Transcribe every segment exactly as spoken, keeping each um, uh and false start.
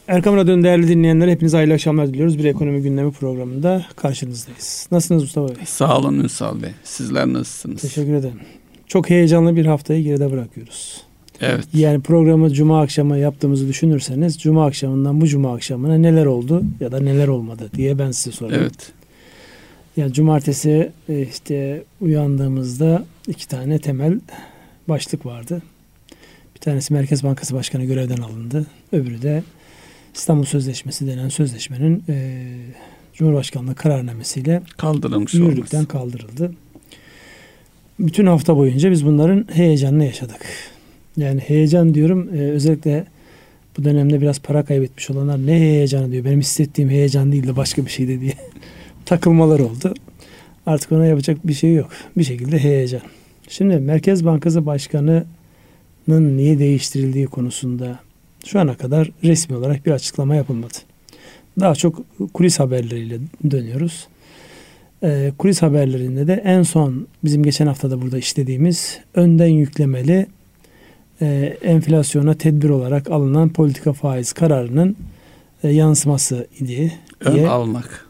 Erkam Radyo'nun değerli dinleyenler, hepinize hayırlı akşamlar diliyoruz. Bir ekonomi gündemi programında karşınızdayız. Nasılsınız Mustafa Bey? Sağ olun Ünsal Bey. Sizler nasılsınız? Teşekkür ederim. Çok heyecanlı bir haftayı geride bırakıyoruz. Evet. Yani programı Cuma akşamı yaptığımızı düşünürseniz, Cuma akşamından bu Cuma akşamına neler oldu ya da neler olmadı diye ben size sorayım. Evet. Yani cumartesi işte uyandığımızda iki tane temel başlık vardı. Bir tanesi Merkez Bankası Başkanı görevden alındı. Öbürü de İstanbul Sözleşmesi denen sözleşmenin e, Cumhurbaşkanlığı kararnamesiyle kaldırılmış yürürlükten olması. kaldırıldı. Bütün hafta boyunca biz bunların heyecanını yaşadık. Yani heyecan diyorum, e, özellikle bu dönemde biraz para kaybetmiş olanlar ne heyecanı diyor. Benim hissettiğim heyecan değil de başka bir şeydi diye takılmalar oldu. Artık ona yapacak bir şey yok. Bir şekilde heyecan. Şimdi Merkez Bankası Başkanı'nın niye değiştirildiği konusunda şu ana kadar resmi olarak bir açıklama yapılmadı. Daha çok kulis haberleriyle dönüyoruz. Ee, kulis haberlerinde de en son bizim geçen haftada burada işlediğimiz önden yüklemeli e, enflasyona tedbir olarak alınan politika faiz kararının e, yansıması idi. Ön diye. almak.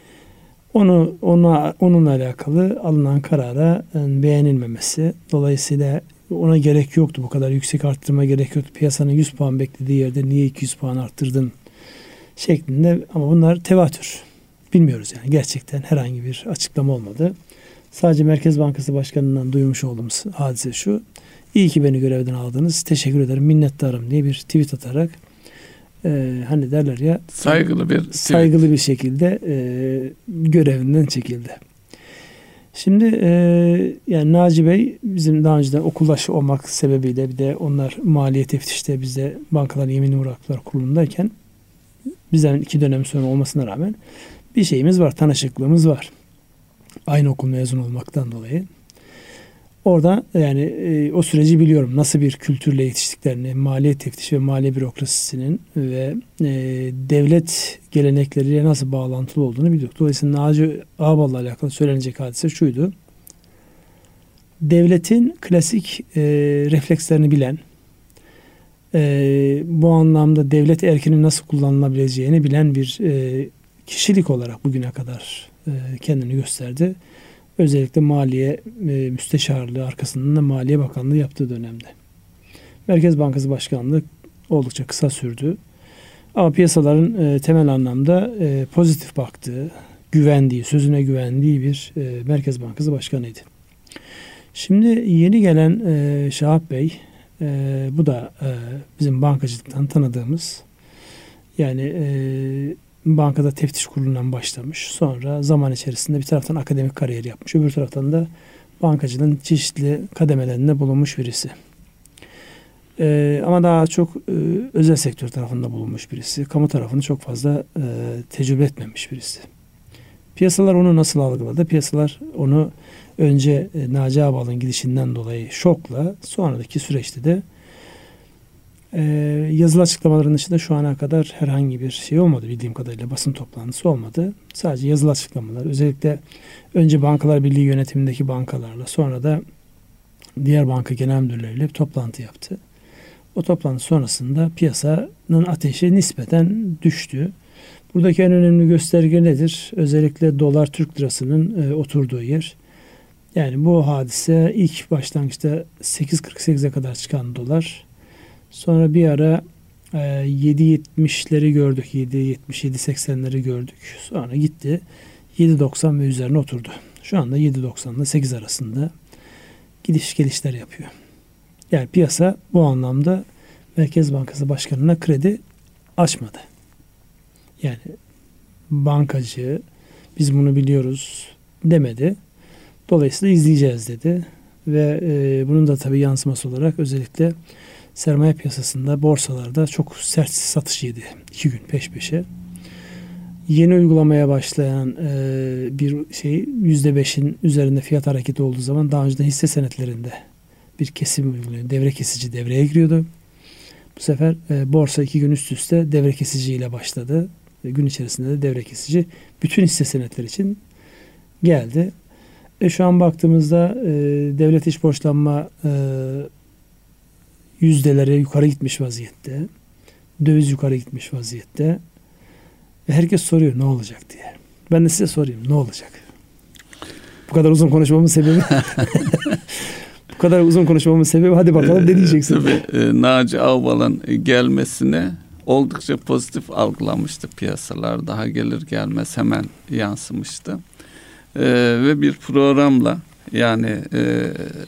Onu ona onunla alakalı alınan karara yani beğenilmemesi. Dolayısıyla ona gerek yoktu, bu kadar yüksek arttırma gerek yoktu. Piyasanın yüz puan beklediği yerde niye iki yüz puan arttırdın şeklinde, ama bunlar tevatür. Bilmiyoruz yani, gerçekten herhangi bir açıklama olmadı. Sadece Merkez Bankası Başkanı'ndan duymuş olduğumuz hadise şu: İyi ki beni görevden aldınız, teşekkür ederim, minnettarım diye bir tweet atarak e, hani derler ya, saygılı bir saygılı tweet. bir şekilde e, görevinden çekildi. Şimdi e, yani Naci Bey bizim daha önceden okuldaşı olmak sebebiyle, bir de onlar maliye teftişte, biz de Bankalar Yeminli Muraklar Kurulu'ndayken bizden iki dönem sonra olmasına rağmen bir şeyimiz var, tanışıklığımız var. Aynı okul mezun olmaktan dolayı. Orada yani e, o süreci biliyorum. Nasıl bir kültürle yetiştiklerini, maliye teftiş ve maliye bürokrasisinin ve e, devlet gelenekleriyle nasıl bağlantılı olduğunu biliyoruz. Dolayısıyla Naci Ağbal'la alakalı söylenecek hadise şuydu: devletin klasik e, reflekslerini bilen, e, bu anlamda devlet erkinin nasıl kullanılabileceğini bilen bir e, kişilik olarak bugüne kadar e, kendini gösterdi. Özellikle Maliye e, Müsteşarlığı, arkasından da Maliye Bakanlığı yaptığı dönemde. Merkez Bankası Başkanlığı oldukça kısa sürdü. Ama piyasaların e, temel anlamda e, pozitif baktığı, güvendiği, sözüne güvendiği bir e, Merkez Bankası Başkanıydı. Şimdi yeni gelen e, Şahap Bey, e, bu da e, bizim bankacılıktan tanıdığımız, yani e, bankada teftiş kurulundan başlamış. Sonra zaman içerisinde bir taraftan akademik kariyer yapmış, öbür taraftan da bankacılığın çeşitli kademelerinde bulunmuş birisi. Ee, ama daha çok e, özel sektör tarafında bulunmuş birisi. Kamu tarafını çok fazla e, tecrübe etmemiş birisi. Piyasalar onu nasıl algıladı? Piyasalar onu önce e, Naci Ağbal'ın gidişinden dolayı şokla, sonraki süreçte de Ee, yazılı açıklamaların dışında şu ana kadar herhangi bir şey olmadı, bildiğim kadarıyla basın toplantısı olmadı. Sadece yazılı açıklamalar, özellikle önce Bankalar Birliği yönetimindeki bankalarla, sonra da diğer banka genel müdürleriyle bir toplantı yaptı. O toplantı sonrasında piyasanın ateşi nispeten düştü. Buradaki en önemli gösterge nedir? Özellikle dolar Türk lirasının e, oturduğu yer. Yani bu hadise ilk başlangıçta sekiz kırk sekize kadar çıkan dolar, sonra bir ara e, yedi yetmişleri gördük. yedi yetmiş yedi seksenleri gördük. Sonra gitti yedi doksan ve üzerine oturdu. Şu anda yedi doksan ile sekiz arasında gidiş gelişler yapıyor. Yani piyasa bu anlamda Merkez Bankası Başkanı'na kredi açmadı. Yani bankacı biz bunu biliyoruz demedi. Dolayısıyla izleyeceğiz dedi. Ve e, bunun da tabii yansıması olarak özellikle sermaye piyasasında, borsalarda çok sert satış yedi. iki gün peş peşe. Yeni uygulamaya başlayan e, bir şey yüzde beşin üzerinde fiyat hareketi olduğu zaman daha önceden hisse senetlerinde bir kesim uyguluyor. Devre kesici devreye giriyordu. Bu sefer e, borsa iki gün üst üste devre kesici ile başladı. E, gün içerisinde de devre kesici bütün hisse senetleri için geldi. E, şu an baktığımızda e, devlet iç borçlanma e, yüzdelere yukarı gitmiş vaziyette. Döviz yukarı gitmiş vaziyette. Ve herkes soruyor ne olacak diye. Ben de size sorayım ne olacak? Bu kadar uzun konuşmamın sebebi bu kadar uzun konuşmamın sebebi hadi bakalım ne diyeceksin? Tabii e, Naci Ağbal'ın gelmesine oldukça pozitif algılamıştı piyasalar. Daha gelir gelmez hemen yansımıştı. E, ve bir programla yani e,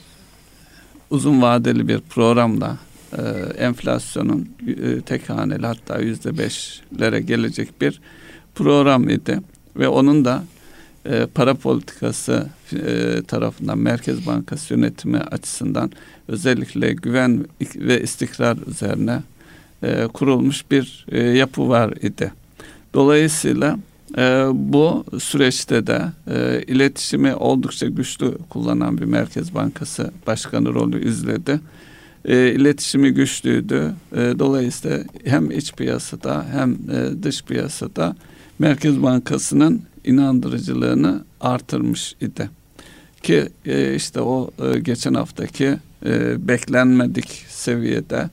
uzun vadeli bir programla e, enflasyonun e, tek haneli hatta yüzde beşlere gelecek bir program idi. Ve onun da e, para politikası e, tarafından Merkez Bankası yönetimi açısından özellikle güven ve istikrar üzerine e, kurulmuş bir e, yapı var idi. Dolayısıyla e, bu süreçte de e, iletişimi oldukça güçlü kullanan bir Merkez Bankası Başkanı rolü izledi. E, iletişimi güçlüydü. E, dolayısıyla hem iç piyasada hem e, dış piyasada Merkez Bankası'nın inandırıcılığını artırmış idi. Ki e, işte o e, geçen haftaki e, beklenmedik seviyede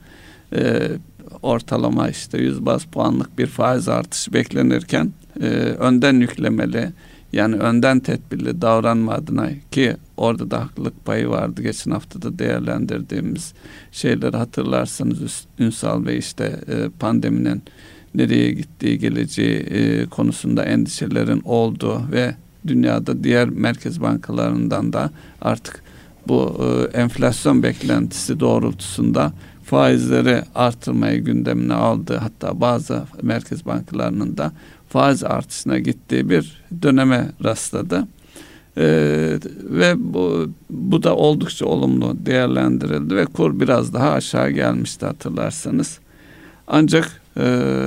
e, ortalama işte yüz baz puanlık bir faiz artışı beklenirken e, önden yüklemeli yani önden tedbirli davranma adına ki orada da haklılık payı vardı. Geçen haftada değerlendirdiğimiz şeyleri hatırlarsanız Ünsal Bey işte e, pandeminin nereye gittiği geleceği e, konusunda endişelerin olduğu ve dünyada diğer merkez bankalarından da artık bu e, enflasyon beklentisi doğrultusunda faizleri artırmayı gündemine aldı. Hatta bazı merkez bankalarının da faiz artışına gittiği bir döneme rastladı. E, ve bu, bu da oldukça olumlu değerlendirildi ve kur biraz daha aşağı gelmişti hatırlarsanız. Ancak e,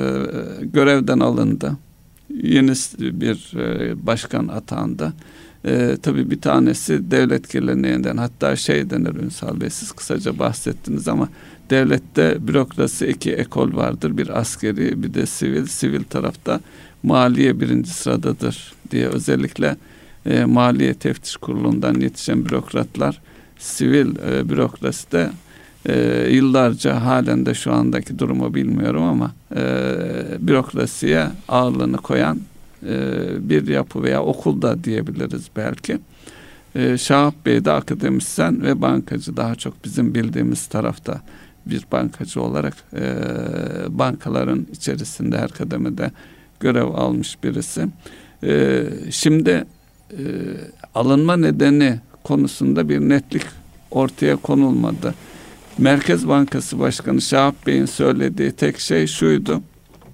görevden alındı. Yeni bir e, başkan atandı. E, tabii bir tanesi devlet geleneğinden hatta şey denir Ünsal Bey siz kısaca bahsettiniz ama devlette bürokrasi iki ekol vardır. Bir askeri bir de sivil. Sivil tarafta maliye birinci sıradadır diye özellikle e, Maliye Teftiş Kurulu'ndan yetişen bürokratlar sivil e, bürokraside e, yıllarca halen de şu andaki durumu bilmiyorum ama e, bürokrasiye ağırlığını koyan e, bir yapı veya okulda diyebiliriz belki. E, Şahap Bey de akademisyen ve bankacı daha çok bizim bildiğimiz tarafta bir bankacı olarak e, bankaların içerisinde her kademede görev almış birisi. E, şimdi e, alınma nedeni konusunda bir netlik ortaya konulmadı. Merkez Bankası Başkanı Şahap Bey'in söylediği tek şey şuydu.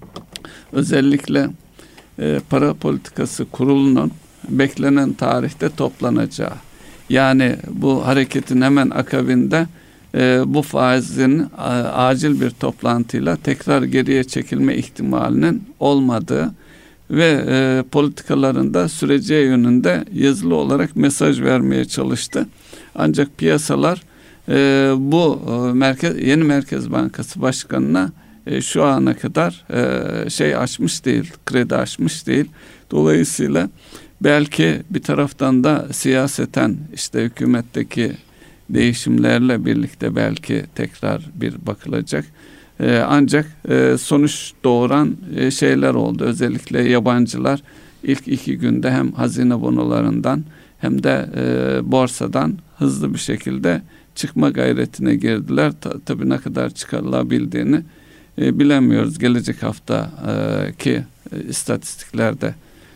Özellikle e, para politikası kurulunun beklenen tarihte toplanacağı. Yani bu hareketin hemen akabinde e, bu faizin a, acil bir toplantıyla tekrar geriye çekilme ihtimalinin olmadığı ve e, politikalarında süreceği yönünde yazılı olarak mesaj vermeye çalıştı. Ancak piyasalar e, bu e, merkez yeni Merkez Bankası Başkanı'na e, şu ana kadar e, şey açmış değil, kredi açmış değil. Dolayısıyla belki bir taraftan da siyaseten işte hükümetteki değişimlerle birlikte belki tekrar bir bakılacak. Ee, ancak e, sonuç doğuran e, şeyler oldu. Özellikle yabancılar ilk iki günde hem hazine bonolarından hem de e, borsadan hızlı bir şekilde çıkma gayretine girdiler. Ta, tabii ne kadar çıkarılabildiğini e, bilemiyoruz. Gelecek haftaki e, istatistiklerde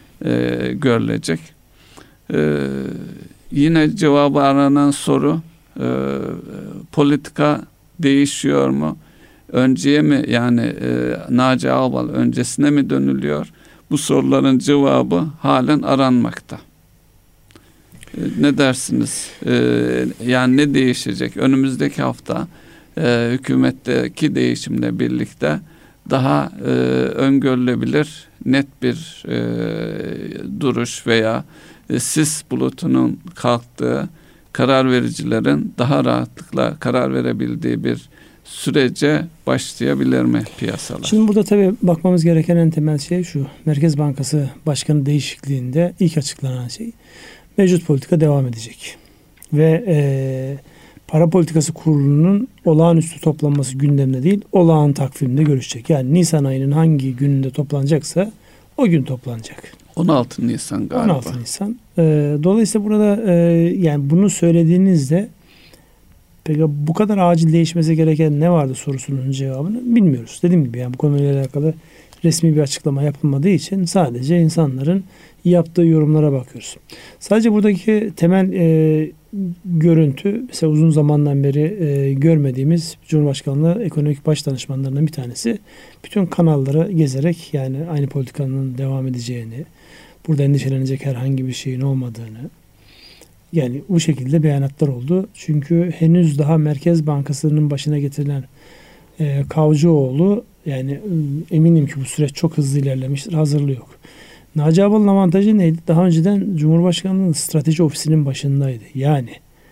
e, görülecek. E, yine cevabı aranan soru e, politika değişiyor mu? Önceye mi yani e, Naci Ağbal öncesine mi dönülüyor? Bu soruların cevabı halen aranmakta. E, ne dersiniz? E, yani ne değişecek? Önümüzdeki hafta e, hükümetteki değişimle birlikte daha e, öngörülebilir net bir e, duruş veya e, sis bulutunun kalktığı, karar vericilerin daha rahatlıkla karar verebildiği bir sürece başlayabilir mi piyasalar? Şimdi burada tabii bakmamız gereken en temel şey şu. Merkez Bankası Başkanı değişikliğinde ilk açıklanan şey mevcut politika devam edecek. Ve e, Para Politikası Kurulu'nun olağanüstü toplanması gündemde değil, olağan takvimde görüşecek. Yani Nisan ayının hangi gününde toplanacaksa o gün toplanacak. on altı Nisan galiba. on altı Nisan. Ee, dolayısıyla burada e, yani bunu söylediğinizde peki bu kadar acil değişmesi gereken ne vardı sorusunun cevabını bilmiyoruz. Dediğim gibi yani bu konuyla alakalı resmi bir açıklama yapılmadığı için sadece insanların yaptığı yorumlara bakıyoruz. Sadece buradaki temel e, görüntü mesela uzun zamandan beri e, görmediğimiz Cumhurbaşkanlığı ekonomik baş danışmanlarından bir tanesi bütün kanalları gezerek yani aynı politikanın devam edeceğini, burada endişelenecek herhangi bir şeyin olmadığını yani bu şekilde beyanatlar oldu. Çünkü henüz daha Merkez Bankası'nın başına getirilen e, Kavcıoğlu yani eminim ki bu süreç çok hızlı ilerlemiştir. Hazırlığı yok. Naci Ağbal'ın avantajı neydi? Daha önceden Cumhurbaşkanlığı'nın strateji ofisinin başındaydı. Yani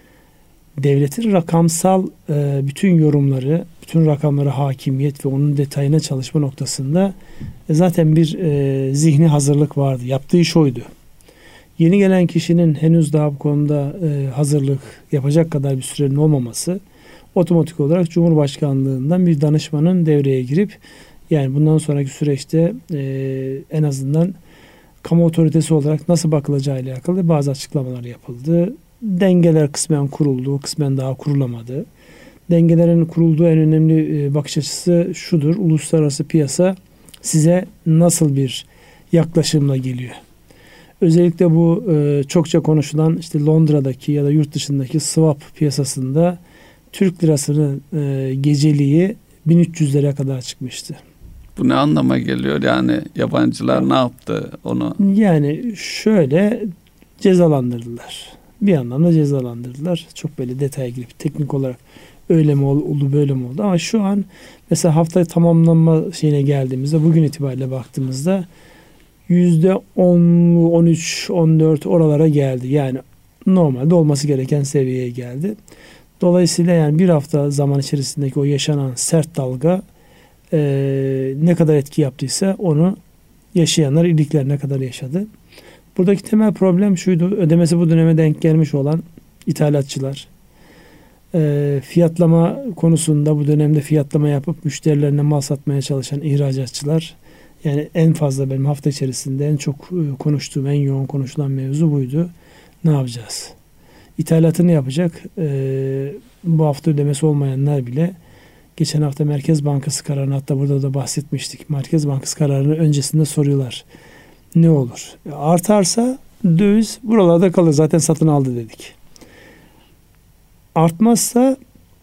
devletin rakamsal e, bütün yorumları, bütün rakamlara hakimiyet ve onun detayına çalışma noktasında e, zaten bir e, zihni hazırlık vardı. Yaptığı iş oydu. Yeni gelen kişinin henüz daha bu konuda e, hazırlık yapacak kadar bir sürenin olmaması otomatik olarak Cumhurbaşkanlığından bir danışmanın devreye girip yani bundan sonraki süreçte e, en azından kamu otoritesi olarak nasıl bakılacağı ile alakalı bazı açıklamalar yapıldı. Dengeler kısmen kuruldu, kısmen daha kurulamadı. Dengelerin kurulduğu en önemli e, bakış açısı şudur. Uluslararası piyasa size nasıl bir yaklaşımla geliyor? Özellikle bu e, çokça konuşulan işte Londra'daki ya da yurt dışındaki swap piyasasında Türk lirasının e, geceliği bin üç yüzlere kadar çıkmıştı. Bu ne anlama geliyor? Yani yabancılar ne yaptı onu? Yani şöyle cezalandırdılar. Bir anlamda cezalandırdılar. Çok böyle detaya girip teknik olarak öyle mi oldu böyle mi oldu? Ama şu an mesela hafta tamamlanma şeyine geldiğimizde bugün itibariyle baktığımızda yüzde on, on üç, on dört oralara geldi. Yani normalde olması gereken seviyeye geldi. Dolayısıyla yani bir hafta zaman içerisindeki o yaşanan sert dalga e, ne kadar etki yaptıysa onu yaşayanlar iliklerine kadar yaşadı. Buradaki temel problem şuydu. Ödemesi bu döneme denk gelmiş olan ithalatçılar. E, fiyatlama konusunda bu dönemde fiyatlama yapıp müşterilerine mal satmaya çalışan ihracatçılar. Yani en fazla benim hafta içerisinde en çok konuştuğum, en yoğun konuşulan mevzu buydu. Ne yapacağız? İthalatını yapacak. E, bu hafta ödemesi olmayanlar bile geçen hafta Merkez Bankası kararını hatta burada da bahsetmiştik. Merkez Bankası kararını öncesinde soruyorlar. Ne olur? Artarsa döviz buralarda kalır. Zaten satın aldı dedik. Artmazsa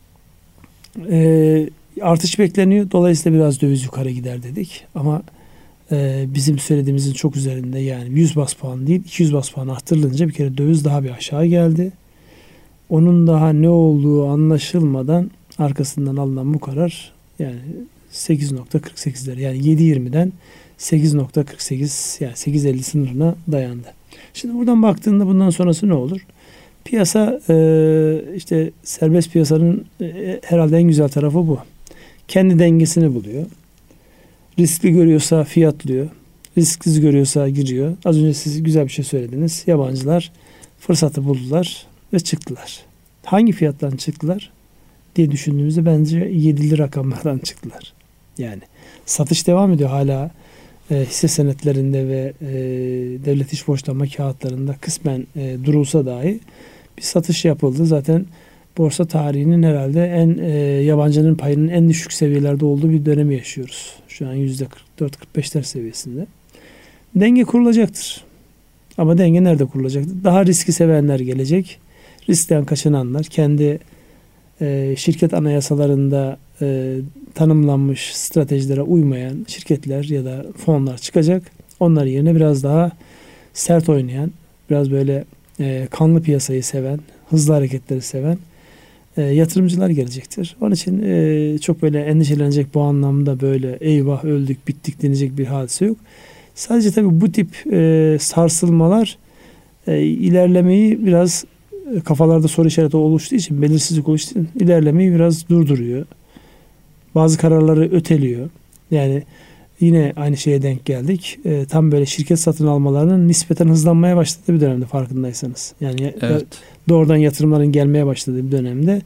e, artış bekleniyor. Dolayısıyla biraz döviz yukarı gider dedik. Ama e, bizim söylediğimizin çok üzerinde yani yüz bas puan değil iki yüz bas puan arttırılınca bir kere döviz daha bir aşağı geldi. Onun daha ne olduğu anlaşılmadan arkasından alınan bu karar yani sekiz nokta kırk sekizler yani yedi yirmiden sekiz nokta kırk sekiz yani sekiz elli sınırına dayandı. Şimdi buradan baktığında bundan sonrası ne olur? Piyasa e, işte serbest piyasanın e, herhalde en güzel tarafı bu. Kendi dengesini buluyor. Riskli görüyorsa fiyatlıyor. Risksiz görüyorsa giriyor. Az önce siz güzel bir şey söylediniz. Yabancılar fırsatı buldular ve çıktılar. Hangi fiyattan çıktılar diye düşündüğümüzde bence yedili rakamlardan çıktılar. Yani satış devam ediyor hala e, hisse senetlerinde ve e, devlet iş borçlanma kağıtlarında kısmen e, durulsa dahi bir satış yapıldı. Zaten borsa tarihinin herhalde en e, yabancının payının en düşük seviyelerde olduğu bir dönemi yaşıyoruz. Şu an yüzde kırk dört kırk beşler seviyesinde. Denge kurulacaktır. Ama denge nerede kurulacaktır? Daha riski sevenler gelecek. Riskten kaçınanlar, kendi e, şirket anayasalarında e, tanımlanmış stratejilere uymayan şirketler ya da fonlar çıkacak. Onlar yerine biraz daha sert oynayan, biraz böyle e, kanlı piyasayı seven, hızlı hareketleri seven e, yatırımcılar gelecektir. Onun için e, çok böyle endişelenecek bu anlamda böyle eyvah öldük bittik denecek bir hadise yok. Sadece tabii bu tip e, sarsılmalar e, ilerlemeyi biraz e, kafalarda soru işareti oluştuğu için, belirsizlik oluştuğu için ilerlemeyi biraz durduruyor. Bazı kararları öteliyor. Yani yine aynı şeye denk geldik. E, tam böyle şirket satın almalarının nispeten hızlanmaya başladığı bir dönemde farkındaysanız. Yani evet. doğrudan yatırımların gelmeye başladığı bir dönemde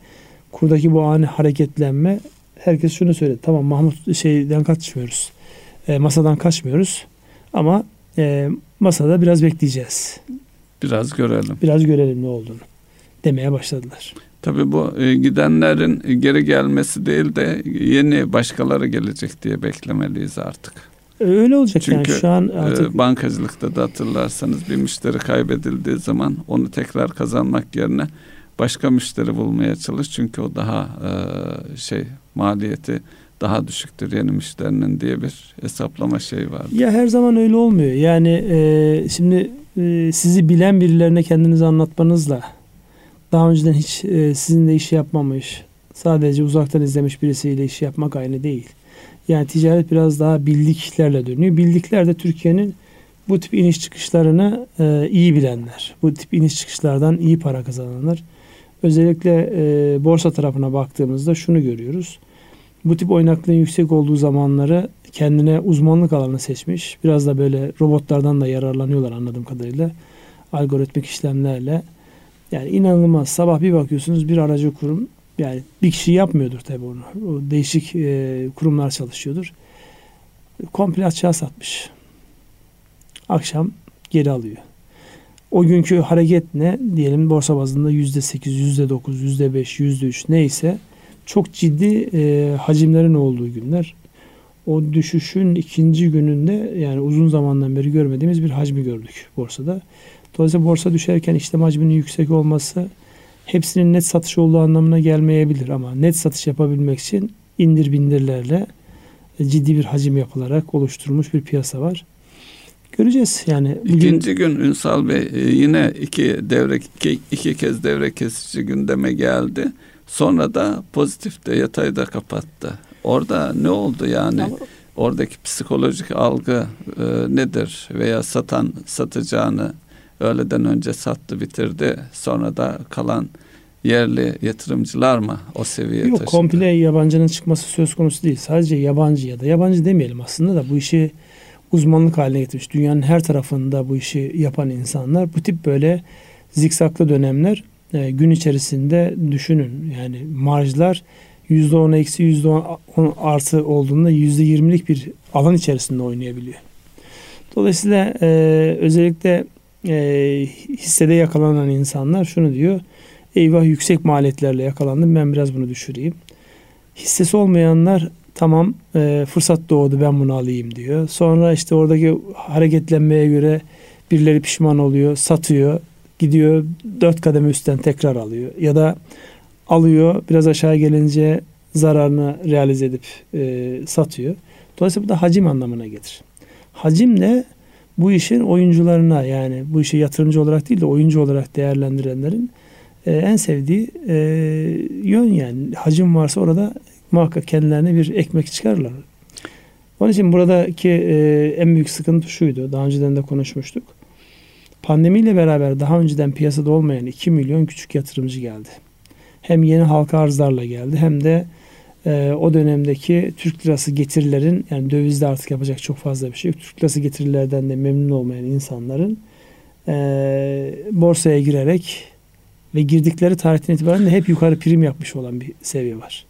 kurdaki bu ani hareketlenme, herkes şunu söyledi. Tamam, Mahmut şeyden kaçmıyoruz. E, masadan kaçmıyoruz. Ama e, masada biraz bekleyeceğiz. Biraz görelim. Biraz görelim ne olduğunu demeye başladılar. Tabii bu e, gidenlerin geri gelmesi değil de yeni başkaları gelecek diye beklemeliyiz artık. Öyle olacak. Çünkü yani şu an artık e, bankacılıkta da hatırlarsanız bir müşteri kaybedildiği zaman onu tekrar kazanmak yerine başka müşteri bulmaya çalış. Çünkü o daha e, şey maliyeti daha düşüktür yeni müşterinin diye bir hesaplama şeyi var. Ya her zaman öyle olmuyor. Yani e, şimdi e, sizi bilen birilerine kendinizi anlatmanızla daha önceden hiç e, sizinle iş yapmamış, sadece uzaktan izlemiş birisiyle iş yapmak aynı değil. Yani ticaret biraz daha bildiklerle dönüyor. Bildikler de Türkiye'nin bu tip iniş çıkışlarını e, iyi bilenler. Bu tip iniş çıkışlardan iyi para kazananlar. Özellikle e, borsa tarafına baktığımızda şunu görüyoruz. Bu tip oynaklığın yüksek olduğu zamanları kendine uzmanlık alanı seçmiş. Biraz da böyle robotlardan da yararlanıyorlar anladığım kadarıyla. Algoritmik işlemlerle. Yani inanılmaz. Sabah bir bakıyorsunuz bir aracı kurum, yani bir kişi yapmıyordur tabii onu. O değişik e, kurumlar çalışıyordur. Komple açığa satmış. Akşam geri alıyor. O günkü hareket ne? Diyelim borsa bazında yüzde sekiz, yüzde dokuz, yüzde beş, yüzde üç neyse çok ciddi e, hacimlerin olduğu günler. O düşüşün ikinci gününde yani uzun zamandan beri görmediğimiz bir hacmi gördük borsada. Dolayısıyla borsa düşerken işlem hacminin yüksek olması hepsinin net satış olduğu anlamına gelmeyebilir ama net satış yapabilmek için indir bindirlerle ciddi bir hacim yapılarak oluşturulmuş bir piyasa var. Göreceğiz yani. Bugün... İkinci gün Ünsal Bey yine iki devre iki, iki kez devre kesici gündeme geldi. Sonra da pozitifte yatayda kapattı. Orada ne oldu yani? Ama... Oradaki psikolojik algı e, nedir? Veya satan satacağını öğleden önce sattı bitirdi. Sonra da kalan yerli yatırımcılar mı o seviyeye Yok, taşıdı? komple yabancının çıkması söz konusu değil. Sadece yabancı ya da yabancı demeyelim aslında da bu işi uzmanlık haline getirmiş. Dünyanın her tarafında bu işi yapan insanlar. Bu tip böyle zikzaklı dönemler e, gün içerisinde düşünün. Yani marjlar yüzde on eksi yüzde on artı olduğunda yüzde yirmilik bir alan içerisinde oynayabiliyor. Dolayısıyla e, özellikle e, hissede yakalanan insanlar şunu diyor. Eyvah, yüksek maliyetlerle yakalandım, ben biraz bunu düşüreyim. Hissesi olmayanlar tamam e, fırsat doğdu, ben bunu alayım diyor. Sonra işte oradaki hareketlenmeye göre birileri pişman oluyor, satıyor, gidiyor dört kademe üstten tekrar alıyor. Ya da alıyor, biraz aşağı gelince zararını realize edip e, satıyor. Dolayısıyla bu da hacim anlamına gelir. Hacim de bu işin oyuncularına, yani bu işi yatırımcı olarak değil de oyuncu olarak değerlendirenlerin e, en sevdiği e, yön yani. Hacim varsa orada muhakkak kendilerine bir ekmek çıkarırlar. Onun için buradaki e, en büyük sıkıntı şuydu. Daha önceden de konuşmuştuk. Pandemiyle beraber daha önceden piyasada olmayan iki milyon küçük yatırımcı geldi. Hem yeni halka arzlarla geldi hem de e, o dönemdeki Türk lirası getirilerin, yani dövizde artık yapacak çok fazla bir şey yok. Türk lirası getirilerden de memnun olmayan insanların e, borsaya girerek ve girdikleri tarihten itibaren de hep yukarı prim yapmış olan bir seviye var.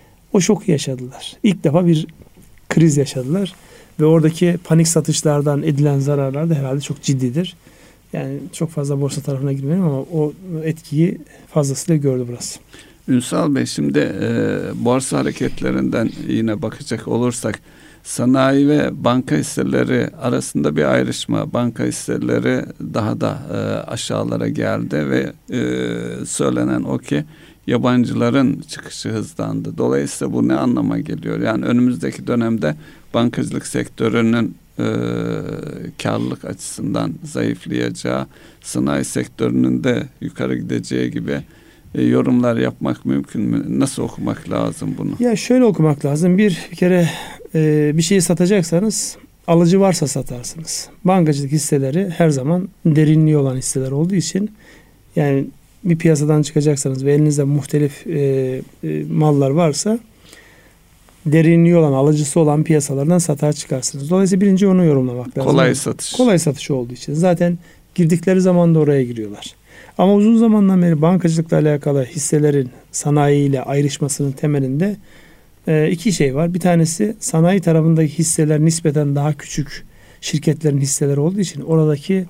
O şoku yaşadılar. İlk defa bir kriz yaşadılar ve oradaki panik satışlardan edilen zararlar da herhalde çok ciddidir. Yani çok fazla borsa tarafına girmeyelim ama o etkiyi fazlasıyla gördü burası. Ünsal Bey, şimdi e, borsa hareketlerinden yine bakacak olursak sanayi ve banka hisseleri arasında bir ayrışma. Banka hisseleri daha da e, aşağılara geldi ve e, söylenen o ki yabancıların çıkışı hızlandı. Dolayısıyla bu ne anlama geliyor? Yani önümüzdeki dönemde bankacılık sektörünün e, karlılık açısından zayıflayacağı, sanayi sektörünün de yukarı gideceği gibi e, yorumlar yapmak mümkün mü? Nasıl okumak lazım bunu? Ya şöyle okumak lazım. Bir, bir kere e, bir şeyi satacaksanız alıcı varsa satarsınız. Bankacılık hisseleri her zaman derinliği olan hisseler olduğu için, yani bir piyasadan çıkacaksanız ve elinizde muhtelif e, e, mallar varsa derinliği olan, alıcısı olan piyasalardan satağa çıkarsınız. Dolayısıyla birinci onu yorumlamak lazım. Kolay satış. Kolay satış olduğu için. Zaten girdikleri zaman da oraya giriyorlar. Ama uzun zamandan beri bankacılıkla alakalı hisselerin sanayiyle ayrışmasının temelinde e, iki şey var. Bir tanesi sanayi tarafındaki hisseler nispeten daha küçük şirketlerin hisseleri olduğu için oradaki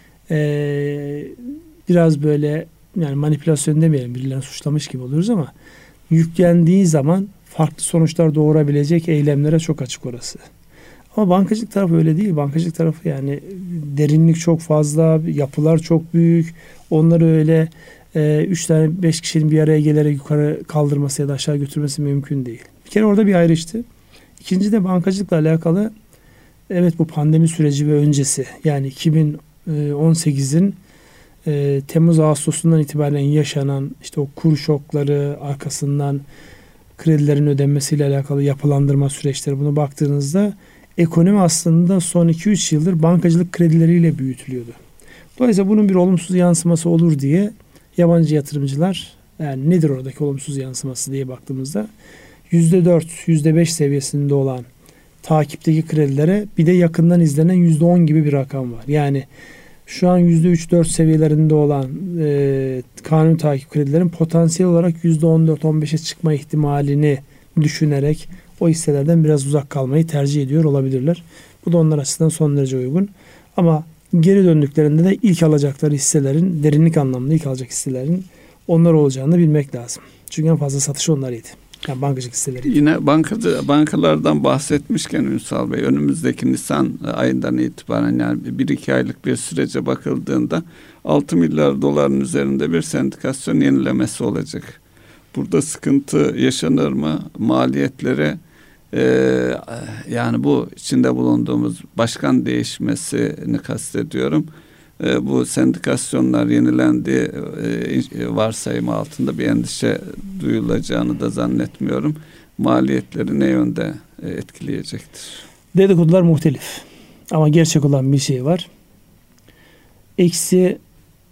e, biraz böyle yani manipülasyon demeyelim, birilerini suçlamış gibi oluyoruz ama yüklendiği zaman farklı sonuçlar doğurabilecek eylemlere çok açık orası. Ama bankacılık tarafı öyle değil. Bankacılık tarafı yani derinlik çok fazla, yapılar çok büyük. Onları öyle e, üç tane beş kişinin bir araya gelerek yukarı kaldırması ya da aşağı götürmesi mümkün değil. Bir kere orada bir ayrıştı. İkinci de bankacılıkla alakalı evet bu pandemi süreci ve öncesi yani iki bin on sekizin e, Temmuz Ağustos'undan itibaren yaşanan işte o kur şokları arkasından kredilerin ödenmesiyle alakalı yapılandırma süreçleri, buna baktığınızda ekonomi aslında son iki üç yıldır bankacılık kredileriyle büyütülüyordu. Dolayısıyla bunun bir olumsuz yansıması olur diye yabancı yatırımcılar, yani nedir oradaki olumsuz yansıması diye baktığımızda yüzde dört, yüzde beş seviyesinde olan takipteki kredilere bir de yakından izlenen yüzde on gibi bir rakam var. Yani şu an yüzde üç dört seviyelerinde olan e, kanun takip kredilerin potansiyel olarak yüzde on dört on beşe çıkma ihtimalini düşünerek o hisselerden biraz uzak kalmayı tercih ediyor olabilirler. Bu da onlar açısından son derece uygun. Ama geri döndüklerinde de ilk alacakları hisselerin, derinlik anlamında ilk alacak hisselerin onlar olacağını bilmek lazım. Çünkü en fazla satış onlarıydı. Yani bankacılık hisseleri. Yine bankacı, bankalardan bahsetmişken Ünsal Bey, önümüzdeki Nisan ayından itibaren yani bir iki aylık bir sürece bakıldığında altı milyar doların üzerinde bir sendikasyon yenilemesi olacak. Burada sıkıntı yaşanır mı? Maliyetlere e, yani bu içinde bulunduğumuz başkan değişmesini kastediyorum. E, bu sendikasyonlar yenilendiği e, varsayımı altında bir endişe duyulacağını da zannetmiyorum. Maliyetleri ne yönde e, etkileyecektir? Dedikodular muhtelif. Ama gerçek olan bir şey var. Eksi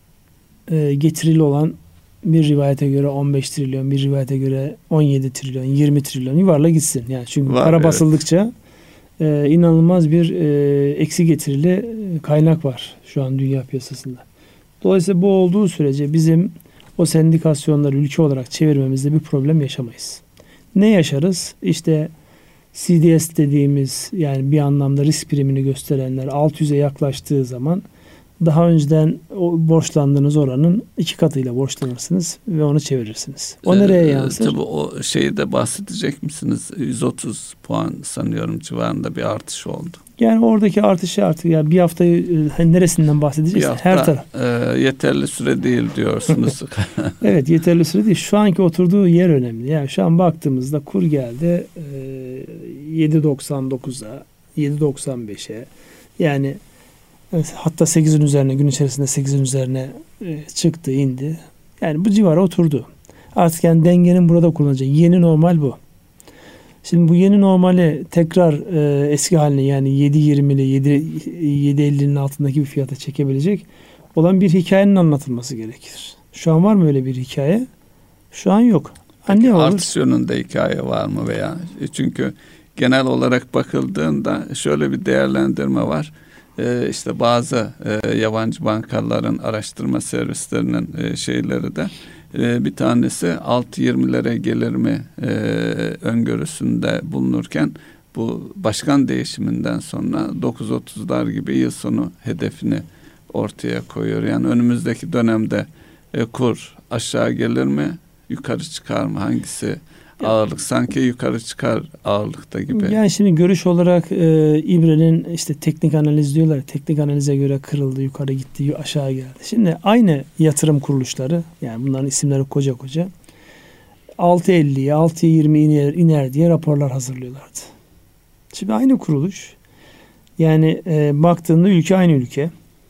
e, getirili olan bir rivayete göre on beş trilyon, bir rivayete göre on yedi trilyon, yirmi trilyon yuvarla gitsin. Yani çünkü var, para evet. basıldıkça e, inanılmaz bir e, eksi getirili kaynak var şu an dünya piyasasında. Dolayısıyla bu olduğu sürece bizim o sendikasyonları ülke olarak çevirmemizde bir problem yaşamayız. Ne yaşarız? İşte C D S dediğimiz, yani bir anlamda risk primini gösterenler alt yüze yaklaştığı zaman daha önceden o borçlandığınız oranın iki katıyla borçlanırsınız ve onu çevirirsiniz. O ee, nereye yansır? Tabii o şeyi de bahsedecek misiniz? yüz otuz puan sanıyorum civarında bir artış oldu. Yani oradaki artışı artık yani bir haftayı hani neresinden bahsedeceğiz? Bir hafta, her taraf. E, yeterli süre değil diyorsunuz. Evet, yeterli süre değil. Şu anki oturduğu yer önemli. Yani şu an baktığımızda kur geldi e, yedi doksan dokuza, yedi doksan beşe. Yani hatta sekizin üzerine, gün içerisinde sekizin üzerine e, çıktı, indi. Yani bu civara oturdu. Artık yani dengenin burada kullanacağı yeni normal bu. Şimdi bu yeni normali tekrar e, eski haline, yani yedi yirmili, yedi ellinin altındaki bir fiyata çekebilecek olan bir hikayenin anlatılması gerekir. Şu an var mı öyle bir hikaye? Şu an yok. Peki, artış yönünde hikaye var mı veya? Çünkü genel olarak bakıldığında şöyle bir değerlendirme var. Ee, işte bazı e, yabancı bankaların araştırma servislerinin e, şeyleri de e, bir tanesi altı yirmilere gelir mi e, öngörüsünde bulunurken bu başkan değişiminden sonra dokuz otuzlar gibi yıl sonu hedefini ortaya koyuyor. Yani önümüzdeki dönemde e, kur aşağı gelir mi, yukarı çıkar mı, hangisi ağırlık? Sanki yukarı çıkar ağırlıkta gibi. Yani şimdi görüş olarak e, İBRE'nin işte teknik analiz diyorlar. Teknik analize göre kırıldı, yukarı gitti, aşağı geldi. Şimdi aynı yatırım kuruluşları, yani bunların isimleri koca koca, altı elliye, altı yirmi iner, iner diye raporlar hazırlıyorlardı. Şimdi aynı kuruluş, yani e, baktığında ülke aynı ülke.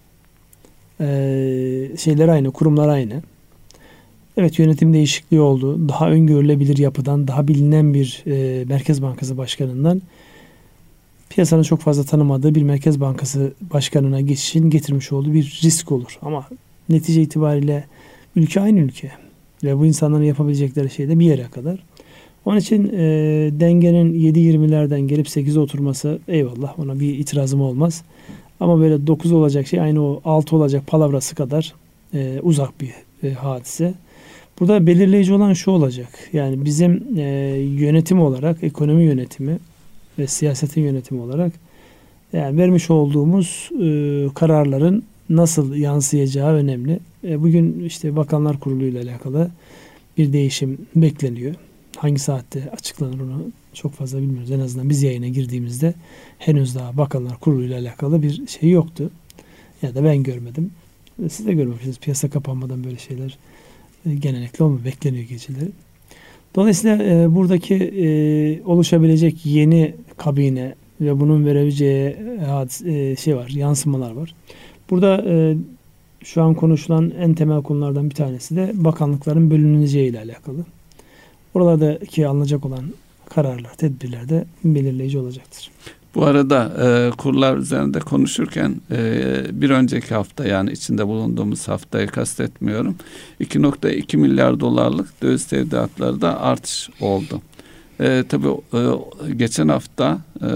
E, şeyler aynı, kurumlar aynı. Evet, yönetim değişikliği oldu. Daha öngörülebilir yapıdan, daha bilinen bir e, Merkez Bankası Başkanı'ndan piyasanın çok fazla tanımadığı bir Merkez Bankası Başkanı'na geçişin getirmiş olduğu bir risk olur. Ama netice itibariyle ülke aynı ülke. Ve bu insanların yapabilecekleri şey de bir yere kadar. Onun için e, dengenin yedi yirmilerden gelip sekize oturması, eyvallah, ona bir itirazım olmaz. Ama böyle dokuz olacak şey aynı o altı olacak palavrası kadar e, uzak bir e, hadise. Burada belirleyici olan şu olacak. Yani bizim e, yönetim olarak, ekonomi yönetimi ve siyasetin yönetimi olarak yani vermiş olduğumuz e, kararların nasıl yansıyacağı önemli. E, bugün işte Bakanlar Kurulu ile alakalı bir değişim bekleniyor. Hangi saatte açıklanır onu çok fazla bilmiyoruz. En azından biz yayına girdiğimizde henüz daha Bakanlar Kurulu ile alakalı bir şey yoktu. Ya da ben görmedim. Siz de görmemişsiniz. Piyasa kapanmadan böyle şeyler e, genellikle olmuyor. Bekleniyor geceleri. Dolayısıyla e, buradaki e, oluşabilecek yeni kabine ve bunun verebileceği e, şey var, yansımalar var. Burada e, şu an konuşulan en temel konulardan bir tanesi de bakanlıkların bölüneceği ile alakalı. Oralardaki alınacak olan kararlar, tedbirler de belirleyici olacaktır. Bu arada e, kurlar üzerinde konuşurken e, bir önceki hafta, yani içinde bulunduğumuz haftayı kastetmiyorum, iki nokta iki milyar dolarlık döviz tevdiatlarda artış oldu. E, tabii e, geçen hafta e,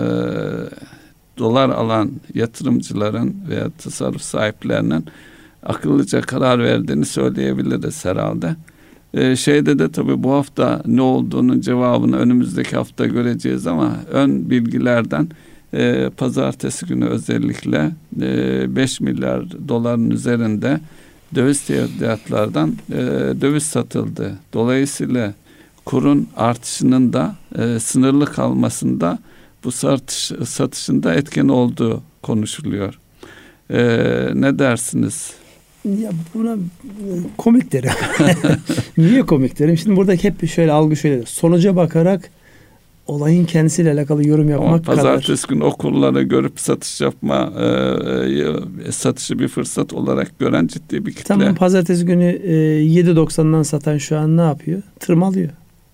dolar alan yatırımcıların veya tasarruf sahiplerinin akıllıca karar verdiğini söyleyebiliriz herhalde. Ee, şeyde de tabii bu hafta ne olduğunun cevabını önümüzdeki hafta göreceğiz ama ön bilgilerden e, pazartesi günü özellikle e, beş milyar doların üzerinde döviz tevdiatlardan e, döviz satıldı. Dolayısıyla kurun artışının da e, sınırlı kalmasında bu satış, satışında etken olduğu konuşuluyor. E, ne dersiniz? Ya buna komik derim. Niye komik derim? Şimdi buradaki hep şöyle algı şöyle. Sonuca bakarak olayın kendisiyle alakalı yorum yapmak Ama kadar. Pazartesi günü okullara görüp satış yapma, e, satışı bir fırsat olarak gören ciddi bir kitle. Tamam, pazartesi günü e, yedi doksandan satan şu an ne yapıyor? Tırmalıyor.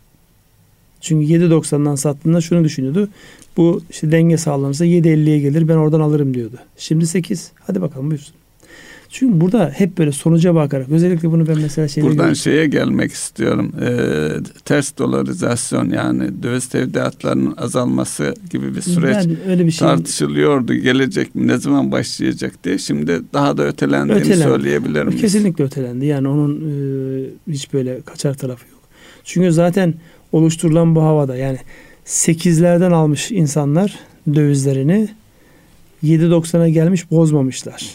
Çünkü yedi doksandan sattığında şunu düşünüyordu. Bu işte denge sağlanırsa yedi elliye gelir, ben oradan alırım diyordu. Şimdi sekiz. Hadi bakalım buyursun. Çünkü burada hep böyle sonuca bakarak, özellikle bunu ben mesela şeyde buradan görüyorum. Şeye gelmek istiyorum. E, ters dolarizasyon, yani döviz tevdiatlarının azalması gibi bir süreç yani öyle bir şey tartışılıyordu. Gelecek mi, ne zaman başlayacak diye. Şimdi daha da ötelendiğini Ötelendi. söyleyebilir miyiz? Kesinlikle ötelendi. Yani onun e, hiç böyle kaçar tarafı yok. Çünkü zaten oluşturulan bu havada, yani sekizlerden almış insanlar dövizlerini yedi doksana gelmiş bozmamışlar.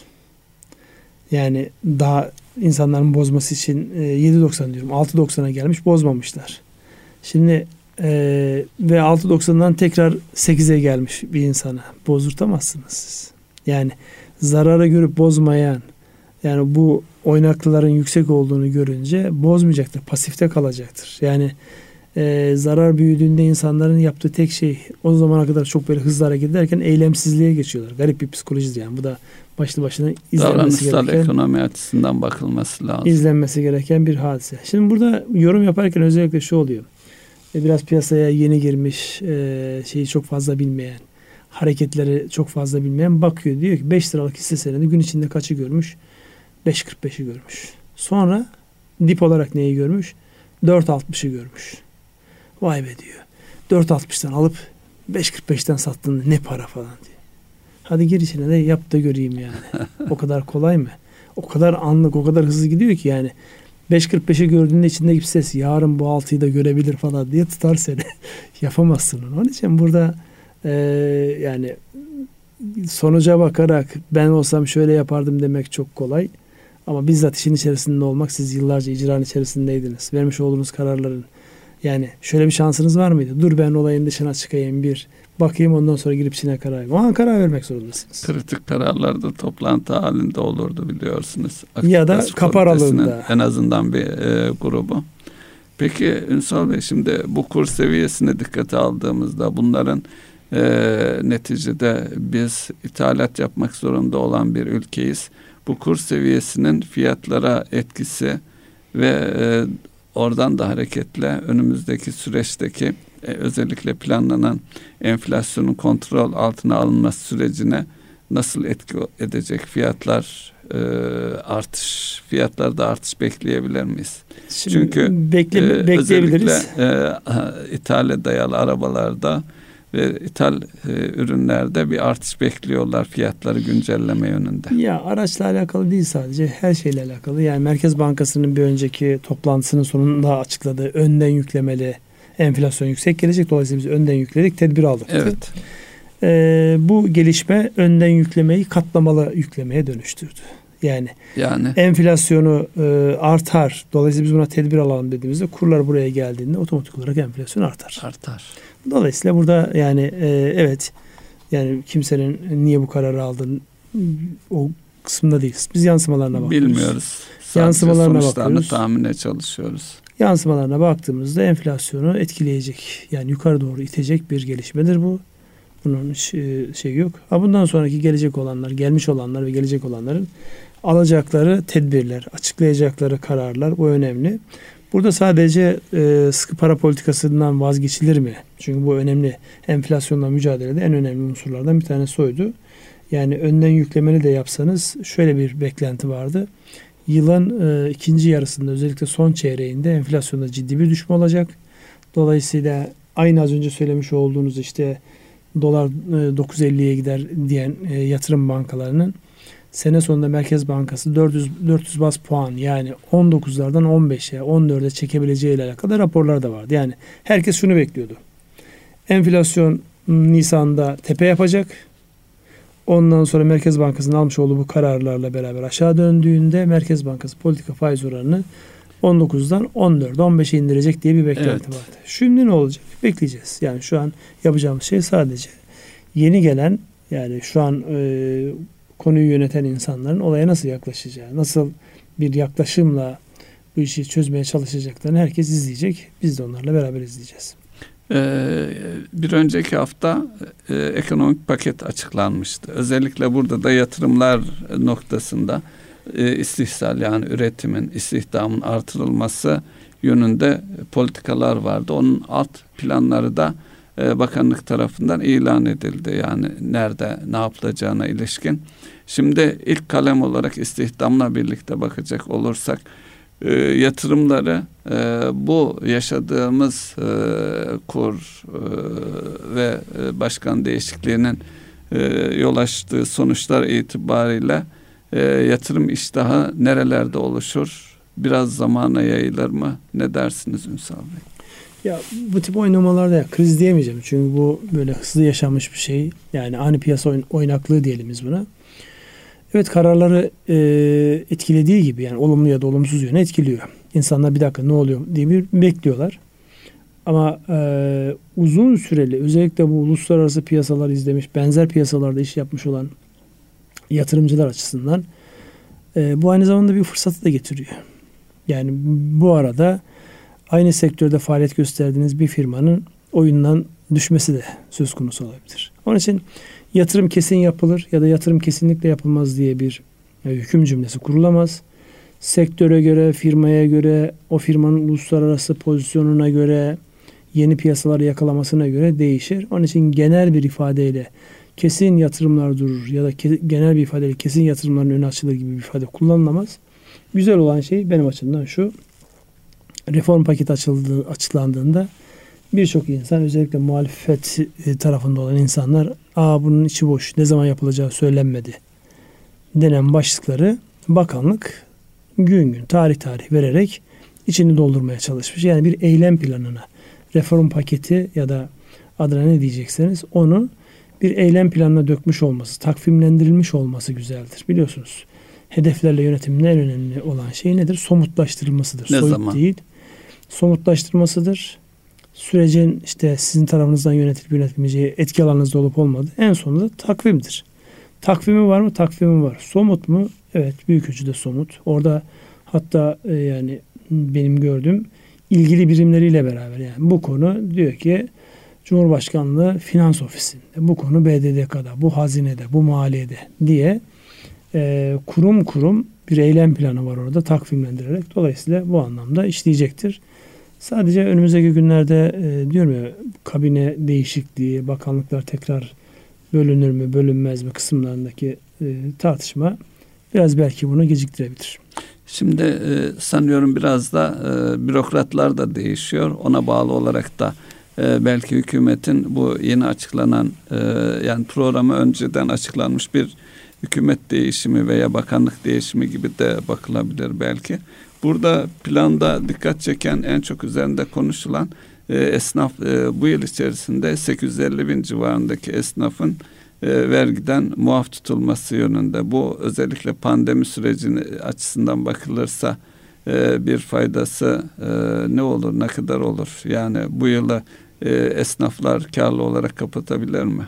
Yani daha insanların bozması için e, yedi doksan diyorum, altı doksana gelmiş bozmamışlar. Şimdi e, ve altı doksandan tekrar sekize gelmiş bir insana bozdurtamazsınız siz. Yani zararı görüp bozmayan, yani bu oynaklıların yüksek olduğunu görünce bozmayacaktır, pasifte kalacaktır. Yani e, zarar büyüdüğünde insanların yaptığı tek şey, o zamana kadar çok böyle hızlı hareket ederken eylemsizliğe geçiyorlar. Garip bir psikolojidir yani. Bu da başlı başına izlenmesi gereken, ekonomi açısından bakılması lazım. İzlenmesi gereken bir hadise. Şimdi burada yorum yaparken özellikle şu oluyor. E, biraz piyasaya yeni girmiş, e, şeyi çok fazla bilmeyen, hareketleri çok fazla bilmeyen bakıyor. Diyor ki beş liralık hisse senedi gün içinde kaçı görmüş? beş kırk beşi görmüş. Sonra dip olarak neyi görmüş? dört altmışı görmüş. Vay be diyor. dört altmıştan alıp beş kırk beşten sattığında ne para falan diyor. Hadi gir içine de yap da göreyim yani. O kadar kolay mı? O kadar anlık, o kadar hızlı gidiyor ki yani. beş kırk beşi gördüğünde içindeki bir ses yarın bu altıyı da görebilir falan diye tutar seni. Yapamazsın onu. Onun için burada e, yani sonuca bakarak ben olsam şöyle yapardım demek çok kolay. Ama bizzat işin içerisinde olmak, siz yıllarca icranın içerisindeydiniz. Vermiş olduğunuz kararların, yani şöyle bir şansınız var mıydı? Dur ben olayın dışına çıkayım, bir bakayım, ondan sonra girip içine karar vereyim. O an karar vermek zorundasınız. Kritik kararlarda toplantı halinde olurdu biliyorsunuz. Aktif ya da kapar alında. En azından bir e, grubu. Peki Ünsal Bey, şimdi bu kur seviyesine dikkate aldığımızda bunların e, neticede biz ithalat yapmak zorunda olan bir ülkeyiz. Bu kur seviyesinin fiyatlara etkisi ve e, oradan da hareketle önümüzdeki süreçteki e, özellikle planlanan enflasyonun kontrol altına alınması sürecine nasıl etki edecek? Fiyatlar e, artış, fiyatlarda artış bekleyebilir miyiz? Şimdi Çünkü bekle, e, bekleyebiliriz. Özellikle e, ithale dayalı arabalarda ve ithal e, ürünlerde bir artış bekliyorlar fiyatları güncelleme yönünde. Ya araçla alakalı değil sadece, her şeyle alakalı. Yani Merkez Bankası'nın bir önceki toplantısının sonunda açıkladığı önden yüklemeli enflasyon yüksek gelecek. Dolayısıyla biz önden yükledik, tedbir aldık. Evet. Ee, bu gelişme önden yüklemeyi katlamalı yüklemeye dönüştürdü. Yani, yani. enflasyonu e, artar. Dolayısıyla biz buna tedbir alalım dediğimizde kurlar buraya geldiğinde otomatik olarak enflasyon artar. Artar. Dolayısıyla burada yani e, evet yani kimsenin niye bu kararı aldığını o kısmında değiliz. Biz yansımalarına bakıyoruz. Bilmiyoruz. Sadece yansımalarına sonuçlarını bakıyoruz. tahmine çalışıyoruz. Yansımalarına baktığımızda enflasyonu etkileyecek, yani yukarı doğru itecek bir gelişmedir bu. Bunun şey yok. Ha bundan sonraki gelecek olanlar, gelmiş olanlar ve gelecek olanların alacakları tedbirler, açıklayacakları kararlar, bu önemli. Burada sadece e, sıkı para politikasından vazgeçilir mi? Çünkü bu önemli. Enflasyonla mücadelede en önemli unsurlardan bir tanesi oydu. Yani önden yüklemeli de yapsanız şöyle bir beklenti vardı. Yılın e, ikinci yarısında, özellikle son çeyreğinde enflasyonda ciddi bir düşme olacak. Dolayısıyla aynı az önce söylemiş olduğunuz işte dolar e, dokuz elliye gider diyen e, yatırım bankalarının sene sonunda Merkez Bankası dört yüz dört yüz baz puan, yani on dokuzlardan on beşe on dörde çekebileceği ile alakalı raporlar da vardı. Yani herkes şunu bekliyordu. Enflasyon Nisan'da tepe yapacak. Ondan sonra Merkez Bankası'nın almış olduğu bu kararlarla beraber aşağı döndüğünde Merkez Bankası politika faiz oranını on dokuzdan on dörde on beşe indirecek diye bir beklenti evet. vardı. Şimdi ne olacak? Bekleyeceğiz. Yani şu an yapacağımız şey sadece yeni gelen, yani şu an e, konuyu yöneten insanların olaya nasıl yaklaşacağı, nasıl bir yaklaşımla bu işi çözmeye çalışacaklarını herkes izleyecek. Biz de onlarla beraber izleyeceğiz. Ee, bir önceki hafta e, ekonomik paket açıklanmıştı. Özellikle burada da yatırımlar noktasında e, istihsal, yani üretimin, istihdamın artırılması yönünde politikalar vardı. Onun alt planları da e, bakanlık tarafından ilan edildi. Yani nerede ne yapılacağına ilişkin. Şimdi ilk kalem olarak istihdamla birlikte bakacak olursak e, yatırımları e, bu yaşadığımız e, kur e, ve e, başkan değişikliğinin e, yol açtığı sonuçlar itibariyle e, yatırım iştahı nerelerde oluşur? Biraz zamana yayılır mı? Ne dersiniz Ünsal Bey? Ya bu tip oynamalarda ya, kriz diyemeyeceğim. Çünkü bu böyle hızlı yaşanmış bir şey. Yani ani piyasa oyn- oynaklığı diyelim biz buna. Evet, kararları e, etkilediği gibi, yani olumlu ya da olumsuz yöne etkiliyor. İnsanlar bir dakika ne oluyor diye bir bekliyorlar. Ama e, uzun süreli, özellikle bu uluslararası piyasalar izlemiş, benzer piyasalarda iş yapmış olan yatırımcılar açısından e, bu aynı zamanda bir fırsatı da getiriyor. Yani bu arada aynı sektörde faaliyet gösterdiğiniz bir firmanın oyundan düşmesi de söz konusu olabilir. Onun için yatırım kesin yapılır ya da yatırım kesinlikle yapılmaz diye bir yani hüküm cümlesi kurulamaz. Sektöre göre, firmaya göre, o firmanın uluslararası pozisyonuna göre, yeni piyasaları yakalamasına göre değişir. Onun için genel bir ifadeyle kesin yatırımlar durur ya da ke- genel bir ifadeyle kesin yatırımların önü açılır gibi bir ifade kullanılamaz. Güzel olan şey benim açımdan şu: reform paketi açıldığı, açıklandığında birçok insan, özellikle muhalefet tarafında olan insanlar, aa bunun içi boş, ne zaman yapılacağı söylenmedi denen başlıkları bakanlık gün gün, tarih tarih vererek içini doldurmaya çalışmış. Yani bir eylem planına, reform paketi ya da adına ne diyecekseniz onu bir eylem planına dökmüş olması, takvimlendirilmiş olması güzeldir. Biliyorsunuz, hedeflerle yönetimin en önemli olan şey nedir? Somutlaştırılmasıdır. Ne Soyut zaman? değil, somutlaştırmasıdır. Sürecin işte sizin tarafınızdan yönetilip yönetilmeyeceği, etki alanınızda olup olmadığı, en sonunda takvimdir. Takvimi var mı? Takvimi var. Somut mu? Evet, büyük ölçüde somut. Orada hatta e, yani benim gördüğüm ilgili birimleriyle beraber, yani bu konu diyor ki Cumhurbaşkanlığı Finans Ofisi'nde, bu konu B D D K'da, bu hazinede, bu maliyede diye e, kurum kurum bir eylem planı var orada takvimlendirerek. Dolayısıyla bu anlamda işleyecektir. Sadece önümüzdeki günlerde e, diyorum ya, kabine değişikliği, bakanlıklar tekrar bölünür mü, bölünmez mi kısımlarındaki e, tartışma biraz belki bunu geciktirebilir. Şimdi e, sanıyorum biraz da e, bürokratlar da değişiyor. Ona bağlı olarak da e, belki hükümetin bu yeni açıklanan e, yani programı önceden açıklanmış bir hükümet değişimi veya bakanlık değişimi gibi de bakılabilir belki. Burada planda dikkat çeken, en çok üzerinde konuşulan e, esnaf e, bu yıl içerisinde sekiz yüz elli bin civarındaki esnafın e, vergiden muaf tutulması yönünde. Bu özellikle pandemi sürecinin açısından bakılırsa e, bir faydası e, ne olur, ne kadar olur? Yani bu yıla e, esnaflar karlı olarak kapatabilir mi?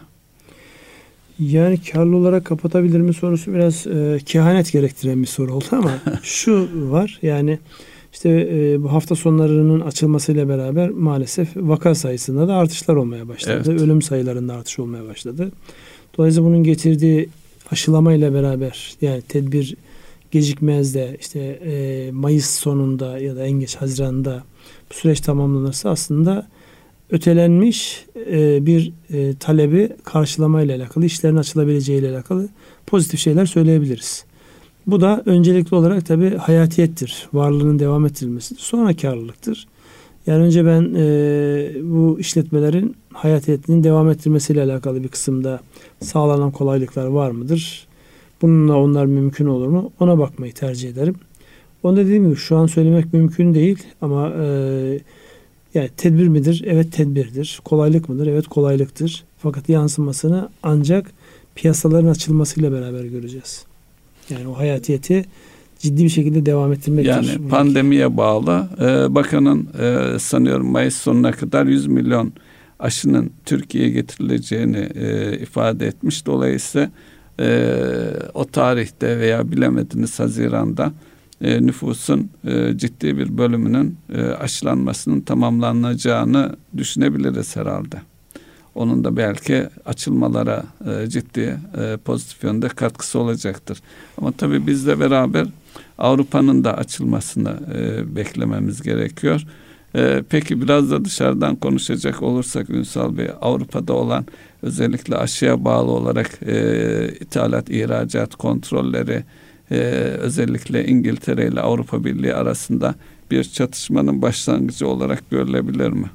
Yani karlı olarak kapatabilir mi sorusu biraz e, kehanet gerektiren bir soru oldu ama şu var, yani işte e, bu hafta sonlarının açılmasıyla beraber maalesef vaka sayısında da artışlar olmaya başladı. Evet. Ölüm sayılarında artış olmaya başladı. Dolayısıyla bunun getirdiği aşılamayla beraber, yani tedbir gecikmez de işte e, Mayıs sonunda ya da en geç Haziran'da bu süreç tamamlanırsa aslında ötelenmiş e, bir e, talebi karşılamayla alakalı, işlerin açılabileceğiyle alakalı pozitif şeyler söyleyebiliriz. Bu da öncelikli olarak tabii hayatiyettir. Varlığının devam ettirilmesidir. Sonra karlılıktır. Yani önce ben e, bu işletmelerin hayatiyetinin devam ettirmesiyle alakalı bir kısımda sağlanan kolaylıklar var mıdır? Bununla onlar mümkün olur mu? Ona bakmayı tercih ederim. Onu da dediğim gibi şu an söylemek mümkün değil ama e, yani tedbir midir? Evet, tedbirdir. Kolaylık mıdır? Evet, kolaylıktır. Fakat yansımasını ancak piyasaların açılmasıyla beraber göreceğiz. Yani o hayatiyeti ciddi bir şekilde devam ettirmek yani için. Pandemiye bağlı. Ee, bakanın e, sanıyorum Mayıs sonuna kadar yüz milyon aşının Türkiye'ye getirileceğini e, ifade etmiş. Dolayısıyla e, o tarihte veya bilemediniz Haziran'da e, nüfusun e, ciddi bir bölümünün e, aşılanmasının tamamlanacağını düşünebiliriz herhalde. Onun da belki açılmalara e, ciddi e, pozitif yönde katkısı olacaktır. Ama tabii bizle beraber Avrupa'nın da açılmasını e, beklememiz gerekiyor. E, peki biraz da dışarıdan konuşacak olursak Ünsal Bey, Avrupa'da olan özellikle aşıya bağlı olarak e, ithalat, ihracat kontrolleri, e, özellikle İngiltere ile Avrupa Birliği arasında bir çatışmanın başlangıcı olarak görülebilir mi?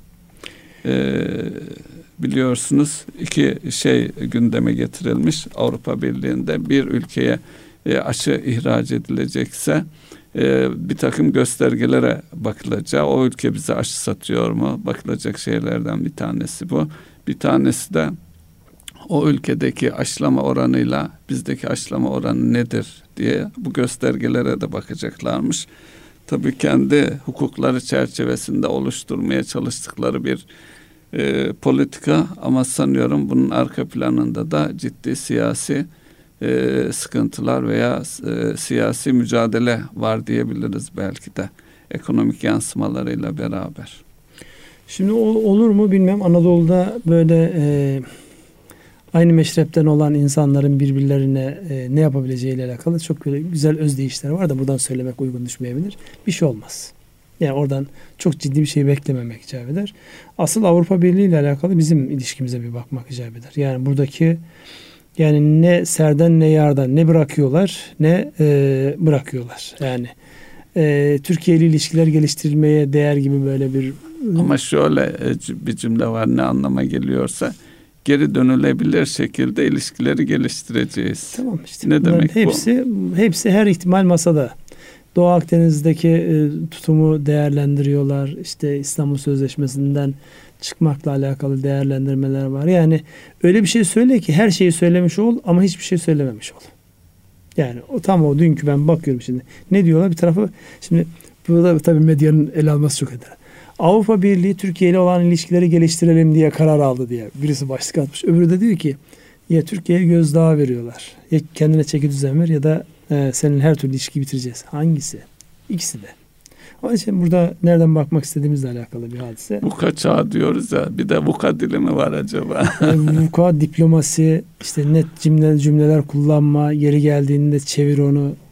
E, biliyorsunuz iki şey gündeme getirilmiş Avrupa Birliği'nde. Bir ülkeye e, aşı ihraç edilecekse e, bir takım göstergelere bakılacağı. O ülke bize aşı satıyor mu? Bakılacak şeylerden bir tanesi bu. Bir tanesi de o ülkedeki aşılama oranıyla bizdeki aşılama oranı nedir diye bu göstergelere de bakacaklarmış. Tabii kendi hukukları çerçevesinde oluşturmaya çalıştıkları bir e, politika ama sanıyorum bunun arka planında da ciddi siyasi e, sıkıntılar veya e, siyasi mücadele var diyebiliriz belki de ekonomik yansımalarıyla beraber. Şimdi o, olur mu bilmem, Anadolu'da böyle e, aynı meşrepten olan insanların birbirlerine e, ne yapabileceğiyle alakalı çok böyle güzel özdeyişler var da buradan söylemek uygun düşmeyebilir. Bir şey olmaz. Yani oradan çok ciddi bir şey beklememek icap eder. Asıl Avrupa Birliği ile alakalı bizim ilişkimize bir bakmak icap eder. Yani buradaki yani ne serden ne yardan ne bırakıyorlar ne e, bırakıyorlar. Yani e, Türkiye ile ilişkiler geliştirilmeye değer gibi böyle bir... Ama şöyle bir cümle var, ne anlama geliyorsa geri dönülebilir şekilde ilişkileri geliştireceğiz. Tamam işte. Ne demek hepsi, bu? Hepsi her ihtimal masada. Doğu Akdeniz'deki e, tutumu değerlendiriyorlar. İşte İstanbul Sözleşmesi'nden çıkmakla alakalı değerlendirmeler var. Yani öyle bir şey söyle ki her şeyi söylemiş ol ama hiçbir şey söylememiş ol. Yani o tam o dünkü ben bakıyorum şimdi. Ne diyorlar bir tarafı? Şimdi burada tabii medyanın ele alması çok eder. Avrupa Birliği Türkiye ile olan ilişkileri geliştirelim diye karar aldı diye birisi başlık atmış. Öbürü de diyor ki ya Türkiye'ye gözdağı veriyorlar. Ya kendine çeki düzen ver ya da e, senin her türlü ilişkiyi bitireceğiz. Hangisi? İkisi de. Onun için burada nereden bakmak istediğimizle alakalı bir hadise. Vuka çağı diyoruz ya. Bir de vuka dili mi var acaba? Yani vuka, diplomasi, işte net cümle, cümleler kullanma, yeri geldiğinde çevir onu.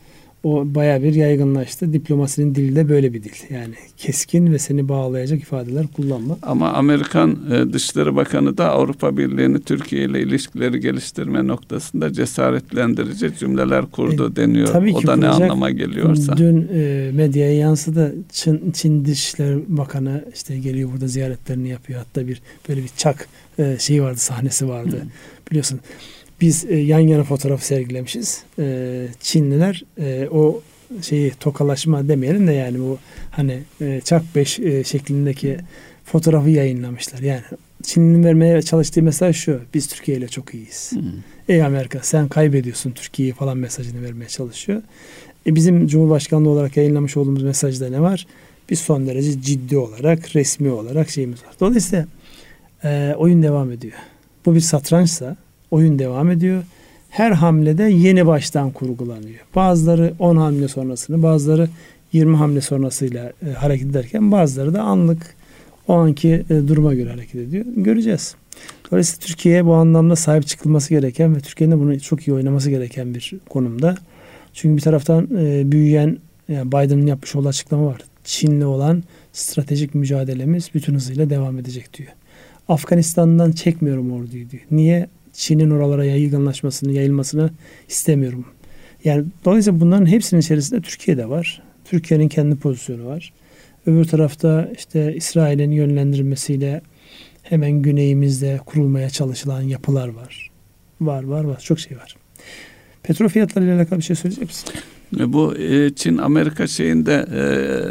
o bayağı bir yaygınlaştı. Diplomasinin dili de böyle bir dil. Yani keskin ve seni bağlayacak ifadeler kullanma. Ama Amerikan e, Dışişleri Bakanı da Avrupa Birliği'ni Türkiye ile ilişkileri geliştirme noktasında cesaretlendirici cümleler kurdu e, deniyor. Tabii ki o da kuracak. Ne anlama geliyorsa. Dün e, medyaya yansıdı. Çin, Çin Dışişleri Bakanı işte geliyor burada ziyaretlerini yapıyor. Hatta bir böyle bir çak e, şeyi vardı, sahnesi vardı. Hmm. Biliyorsun. Biz e, yan yana fotoğraf sergilemişiz. E, Çinliler e, o şeyi tokalaşma demeyelim de yani bu hani e, çak beş e, şeklindeki fotoğrafı yayınlamışlar. Yani Çin'in vermeye çalıştığı mesaj şu: biz Türkiye ile çok iyiyiz. Hmm. Ey Amerika, sen kaybediyorsun Türkiye'yi falan mesajını vermeye çalışıyor. E, bizim Cumhurbaşkanlığı olarak yayınlamış olduğumuz mesajda ne var? Biz son derece ciddi olarak, resmi olarak şeyimiz var. Dolayısıyla e, oyun devam ediyor. Bu bir satrançsa oyun devam ediyor. Her hamlede yeni baştan kurgulanıyor. Bazıları on hamle sonrasını, bazıları yirmi hamle sonrasıyla e, hareket ederken bazıları da anlık o anki e, duruma göre hareket ediyor. Göreceğiz. Dolayısıyla Türkiye'ye bu anlamda sahip çıkılması gereken ve Türkiye'nin de bunu çok iyi oynaması gereken bir konumda. Çünkü bir taraftan e, büyüyen, yani Biden'ın yapmış olduğu açıklama var. Çin'le olan stratejik mücadelemiz bütün hızıyla devam edecek diyor. Afganistan'dan çekmiyorum orduyu diyor. Niye? Çin'in oralara yaygınlaşmasını, yayılmasını istemiyorum. Yani dolayısıyla bunların hepsinin içerisinde Türkiye de var. Türkiye'nin kendi pozisyonu var. Öbür tarafta işte İsrail'in yönlendirilmesiyle hemen güneyimizde kurulmaya çalışılan yapılar var. Var, var, var. Çok şey var. Petrol fiyatlarıyla alakalı bir şey söyleyecek misin? Bu Çin-Amerika şeyinde e,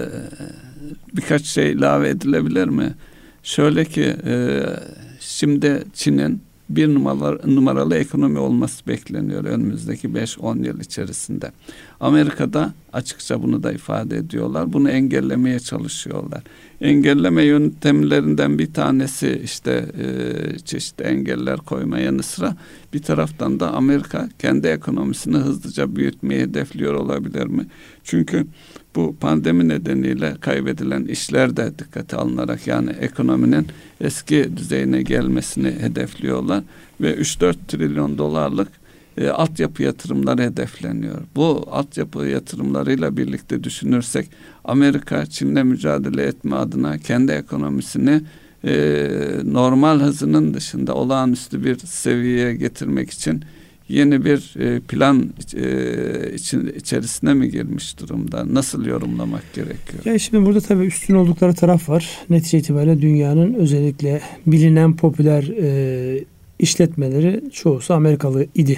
birkaç şey ilave edilebilir mi? Şöyle ki e, şimdi Çin'in bir numaralı, numaralı ekonomi olması bekleniyor önümüzdeki beş on yıl içerisinde. Amerika'da açıkça bunu da ifade ediyorlar. Bunu engellemeye çalışıyorlar. Engelleme yöntemlerinden bir tanesi işte e, çeşitli engeller koyma yanı sıra bir taraftan da Amerika kendi ekonomisini hızlıca büyütmeyi hedefliyor olabilir mi? Çünkü bu pandemi nedeniyle kaybedilen işler de dikkate alınarak yani ekonominin eski düzeyine gelmesini hedefliyorlar ve üç dört trilyon dolarlık e, altyapı yatırımları hedefleniyor. Bu altyapı yatırımlarıyla birlikte düşünürsek Amerika Çin'le mücadele etme adına kendi ekonomisini e, normal hızının dışında olağanüstü bir seviyeye getirmek için yeni bir e, plan e, için, içerisine mi girmiş durumda? Nasıl yorumlamak gerekiyor? Ya şimdi burada tabii üstün oldukları taraf var. Netice itibariyle dünyanın özellikle bilinen popüler e, işletmeleri çoğusu Amerikalı idi.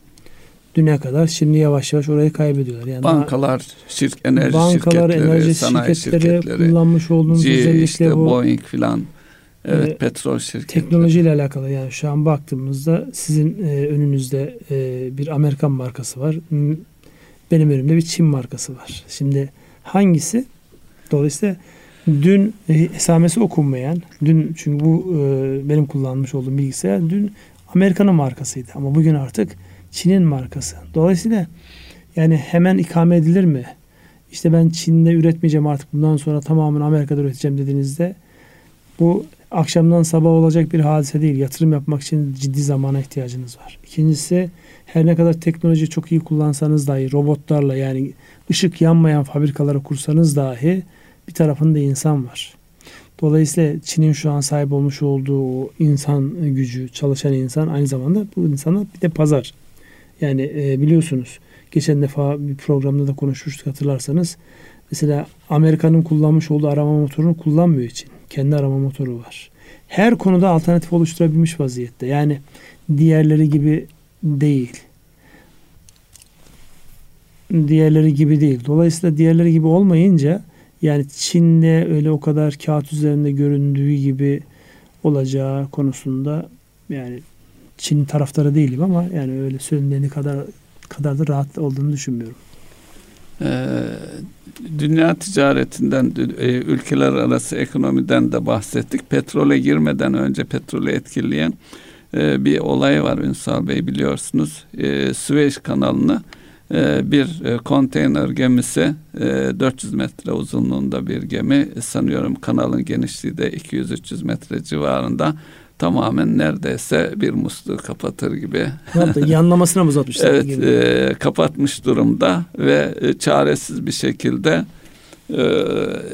Düne kadar. Şimdi yavaş yavaş orayı kaybediyorlar. Yani bankalar, şirk, enerji bankalar, şirketleri, enerji sanayi şirketleri, şirketleri, kullanmış olduğumuz G, özellikle işte bu Boeing filan. Evet, e, petrol şirketleri. Teknolojiyle alakalı yani şu an baktığımızda sizin e, önünüzde e, bir Amerikan markası var. Benim önümde bir Çin markası var. Şimdi hangisi? Dolayısıyla dün e, esamesi okunmayan, dün çünkü bu e, benim kullanmış olduğum bilgisayar dün Amerika'nın markasıydı ama bugün artık Çin'in markası. Dolayısıyla yani hemen ikame edilir mi? İşte ben Çin'de üretmeyeceğim artık bundan sonra tamamını Amerika'da üreteceğim dediğinizde bu akşamdan sabah olacak bir hadise değil. Yatırım yapmak için ciddi zamana ihtiyacınız var. İkincisi her ne kadar teknolojiyi çok iyi kullansanız dahi robotlarla yani ışık yanmayan fabrikaları kursanız dahi bir tarafında insan var. Dolayısıyla Çin'in şu an sahip olmuş olduğu o insan gücü, çalışan insan aynı zamanda bu insana bir de pazar. Yani e, biliyorsunuz geçen defa bir programda da konuşmuştuk hatırlarsanız. Mesela Amerika'nın kullanmış olduğu arama motorunu kullanmıyor Çin. Kendi arama motoru var. Her konuda alternatif oluşturabilmiş vaziyette. Yani diğerleri gibi değil. Diğerleri gibi değil. Dolayısıyla diğerleri gibi olmayınca yani Çin'de öyle o kadar kağıt üzerinde göründüğü gibi olacağı konusunda yani Çin taraftarı değilim ama yani öyle söylendiği kadar kadar da rahat olduğunu düşünmüyorum. Ee, dünya ticaretinden, ülkeler arası ekonomiden de bahsettik. Petrole girmeden önce petrolü etkileyen e, bir olay var Ünsal Bey, biliyorsunuz. E, Süveyş kanalını e, bir e, konteyner gemisi e, dört yüz metre uzunluğunda bir gemi, sanıyorum kanalın genişliği de iki yüz üç yüz metre civarında, tamamen neredeyse bir musluğu kapatır gibi. Ne yaptı? Yanlamasına mı uzatmışlar? Evet, e, kapatmış durumda ve e, çaresiz bir şekilde e,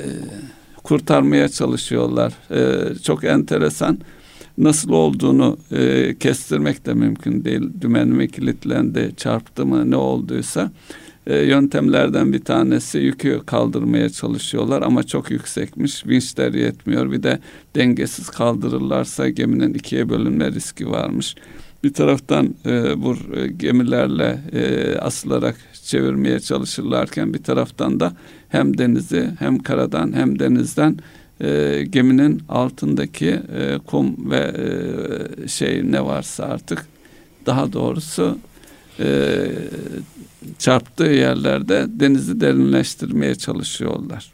kurtarmaya çalışıyorlar. E, çok enteresan. Nasıl olduğunu e, kestirmek de mümkün değil. Dümen mi kilitlendi, çarptı mı, ne olduysa. E, yöntemlerden bir tanesi yükü kaldırmaya çalışıyorlar ama çok yüksekmiş. Vinçler yetmiyor. Bir de dengesiz kaldırırlarsa geminin ikiye bölünme riski varmış. Bir taraftan e, bu gemilerle e, asılarak çevirmeye çalışırlarken bir taraftan da hem denizi hem karadan hem denizden e, geminin altındaki e, kum ve e, şey ne varsa artık, daha doğrusu e, çarptığı yerlerde denizi derinleştirmeye çalışıyorlar.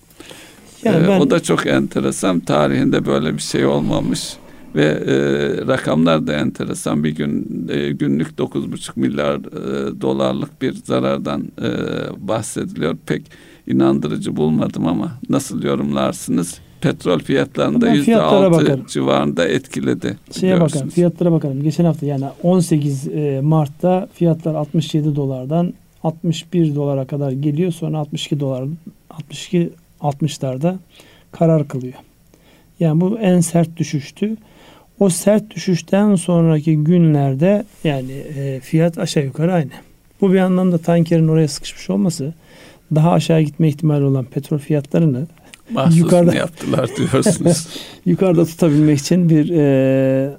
Yani ben... e, o da çok enteresan. Tarihinde böyle bir şey olmamış. Ve e, rakamlar da enteresan. Bir gün e, günlük dokuz buçuk milyar e, dolarlık bir zarardan e, bahsediliyor. Pek inandırıcı bulmadım ama nasıl yorumlarsınız? Petrol fiyatlarında yüzde altı civarında etkiledi. Şeye bakalım, fiyatlara bakalım. Geçen hafta yani on sekiz Mart'ta fiyatlar altmış yedi dolardan altmış bir dolara kadar geliyor. Sonra altmış iki dolar, altmış iki altmışlarda karar kılıyor. Yani bu en sert düşüştü. O sert düşüşten sonraki günlerde yani e, fiyat aşağı yukarı aynı. Bu bir anlamda tankerin oraya sıkışmış olması, daha aşağı gitme ihtimali olan petrol fiyatlarını mahsusunu yukarıda yaptılar diyorsunuz. yukarıda tutabilmek için bir e,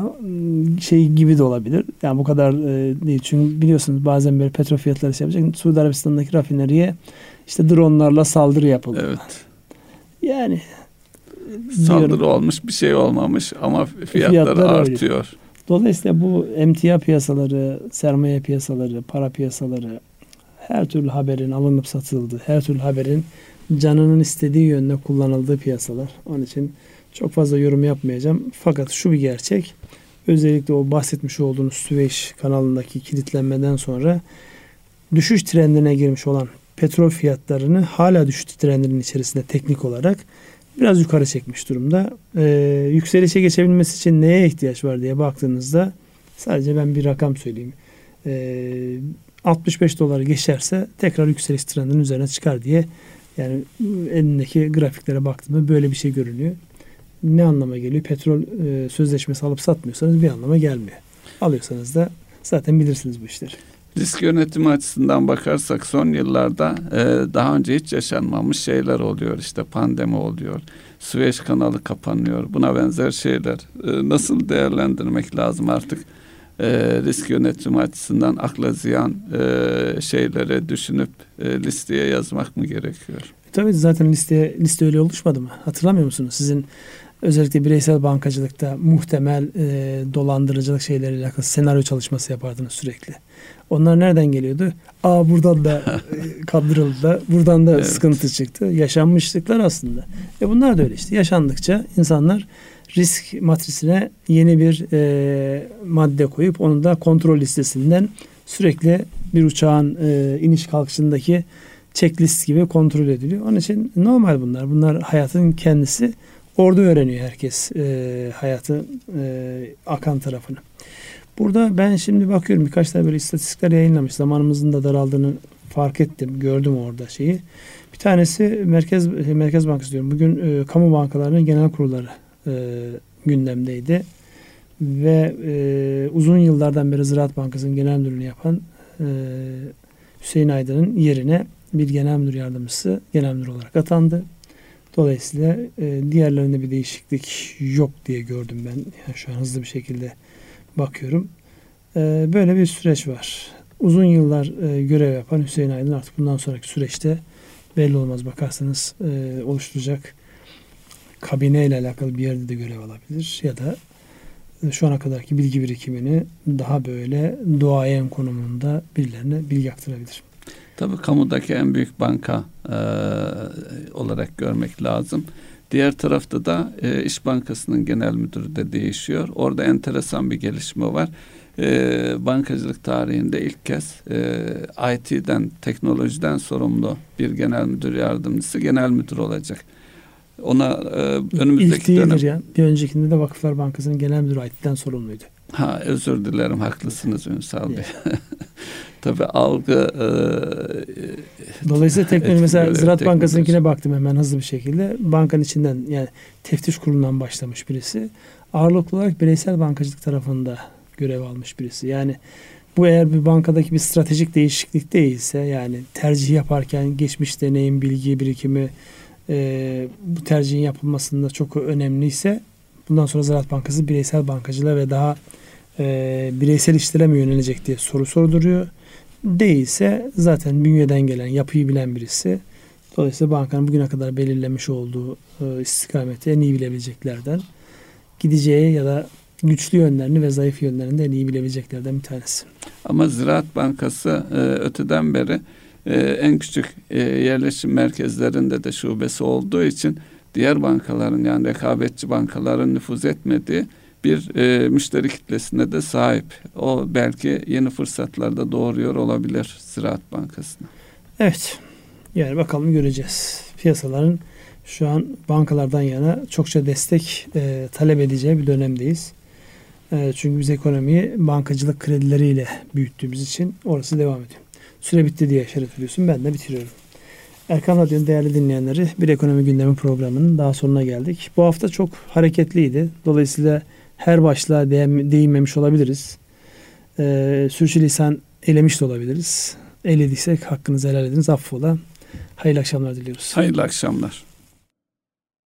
şey gibi de olabilir. Yani bu kadar e, değil. Çünkü biliyorsunuz bazen böyle petrol fiyatları şey yapacak. Suudi Arabistan'daki rafineriye işte dronlarla saldırı yapıldı. Evet. Yani saldırı diyorum, olmuş, bir şey olmamış ama fiyatları fiyatlar artıyor. Öyle. Dolayısıyla bu emtia piyasaları, sermaye piyasaları, para piyasaları, her türlü haberin alınıp satıldığı, her türlü haberin canının istediği yönde kullanıldığı piyasalar. Onun için çok fazla yorum yapmayacağım. Fakat şu bir gerçek, özellikle o bahsetmiş olduğunuz Süveyş kanalındaki kilitlenmeden sonra düşüş trendine girmiş olan petrol fiyatlarını hala düşüş trendinin içerisinde teknik olarak biraz yukarı çekmiş durumda. Ee, yükselişe geçebilmesi için neye ihtiyaç var diye baktığınızda sadece ben bir rakam söyleyeyim. Ee, altmış beş doları geçerse tekrar yükseliş trendinin üzerine çıkar diye, yani elindeki grafiklere baktığımda böyle bir şey görünüyor. Ne anlama geliyor? Petrol e, sözleşmesi alıp satmıyorsanız bir anlama gelmiyor. Alıyorsanız da zaten bilirsiniz bu işleri. Risk yönetimi açısından bakarsak son yıllarda e, daha önce hiç yaşanmamış şeyler oluyor. İşte pandemi oluyor. Süveyş kanalı kapanıyor. Buna benzer şeyler. E, nasıl değerlendirmek lazım artık? E, risk yönetimi açısından akla ziyan e, şeyleri düşünüp e, listeye yazmak mı gerekiyor? Tabii zaten liste, liste öyle oluşmadı mı? Hatırlamıyor musunuz? Sizin özellikle bireysel bankacılıkta muhtemel e, dolandırıcılık şeyleriyle alakalı senaryo çalışması yapardınız sürekli. Onlar nereden geliyordu? Aa buradan da e, kandırıldı da, buradan da evet, sıkıntı çıktı. Yaşanmışlıklar aslında. E bunlar da öyle işte. Yaşandıkça insanlar risk matrisine yeni bir e, madde koyup onu da kontrol listesinden sürekli bir uçağın e, iniş kalkışındaki checklist gibi kontrol ediliyor. Onun için normal bunlar. Bunlar hayatın kendisi. Orada öğreniyor herkes e, hayatı e, akan tarafını. Burada ben şimdi bakıyorum, birkaç tane böyle istatistikler yayınlamış. Zamanımızın da daraldığını fark ettim. Gördüm orada şeyi. Bir tanesi Merkez Merkez Bankası diyorum. Bugün e, kamu bankalarının genel kurulları e, gündemdeydi. Ve e, uzun yıllardan beri Ziraat Bankası'nın genel müdürlüğünü yapan e, Hüseyin Aydın'ın yerine bir genel müdür yardımcısı genel müdür olarak atandı. Dolayısıyla e, diğerlerinde bir değişiklik yok diye gördüm ben. Yani şu an hızlı bir şekilde bakıyorum. E, böyle bir süreç var. Uzun yıllar e, görev yapan Hüseyin Aydın artık bundan sonraki süreçte belli olmaz. Bakarsanız e, oluşturacak kabineyle alakalı bir yerde de görev alabilir. Ya da e, şu ana kadarki bilgi birikimini daha böyle duayen konumunda birilerine bilgi aktarabilir. Tabii kamudaki en büyük banka e, olarak görmek lazım. Diğer tarafta da e, İş Bankası'nın genel müdürü de değişiyor. Orada enteresan bir gelişme var. E, bankacılık tarihinde ilk kez e, I T'den, teknolojiden sorumlu bir genel müdür yardımcısı genel müdür olacak. ona e, önümüzdeki İlk değildir dönem. ya. Bir öncekinde de Vakıflar Bankası'nın genel müdürü ayetten sorumluydu. Ha, özür dilerim, haklısınız Ünsal Bey. Tabii algı e, dolayısıyla teknoloji mesela Ziraat Bankası'nkine teknoloji. baktım hemen hızlı bir şekilde. Bankanın içinden yani teftiş kurulundan başlamış birisi. Ağırlıklı olarak bireysel bankacılık tarafında görev almış birisi. Yani bu eğer bir bankadaki bir stratejik değişiklik değilse, yani tercih yaparken geçmiş deneyim, bilgi birikimi e, bu tercihin yapılmasında çok önemliyse, bundan sonra Ziraat Bankası bireysel bankacılığa ve daha e, bireysel işlere mi yönelecek diye soru sorduruyor. Değilse zaten bünyeden gelen, yapıyı bilen birisi. Dolayısıyla bankanın bugüne kadar belirlemiş olduğu e, istikameti en iyi bilebileceklerden, gideceği ya da güçlü yönlerini ve zayıf yönlerini de en iyi bilebileceklerden bir tanesi. Ama Ziraat Bankası e, öteden beri e, en küçük e, yerleşim merkezlerinde de şubesi olduğu için diğer bankaların, yani rekabetçi bankaların nüfuz etmediği bir e, müşteri kitlesine de sahip. O belki yeni fırsatlar da doğuruyor olabilir Ziraat Bankası'na. Evet. Yani bakalım, göreceğiz. Piyasaların şu an bankalardan yana çokça destek e, talep edeceği bir dönemdeyiz. E, çünkü biz ekonomiyi bankacılık kredileriyle büyüttüğümüz için orası devam ediyor. Süre bitti diye işaret ediyorsun. Ben de bitiriyorum. Erkam Radyo'nun değerli dinleyenleri, bir ekonomi gündemi programının daha sonuna geldik. Bu hafta çok hareketliydi. Dolayısıyla her başlığa değinmemiş olabiliriz. E, sürçülisan eylemiş de olabiliriz. Eylediysek hakkınızı helal ediniz. Affola. Hayırlı akşamlar diliyoruz. Hayırlı akşamlar.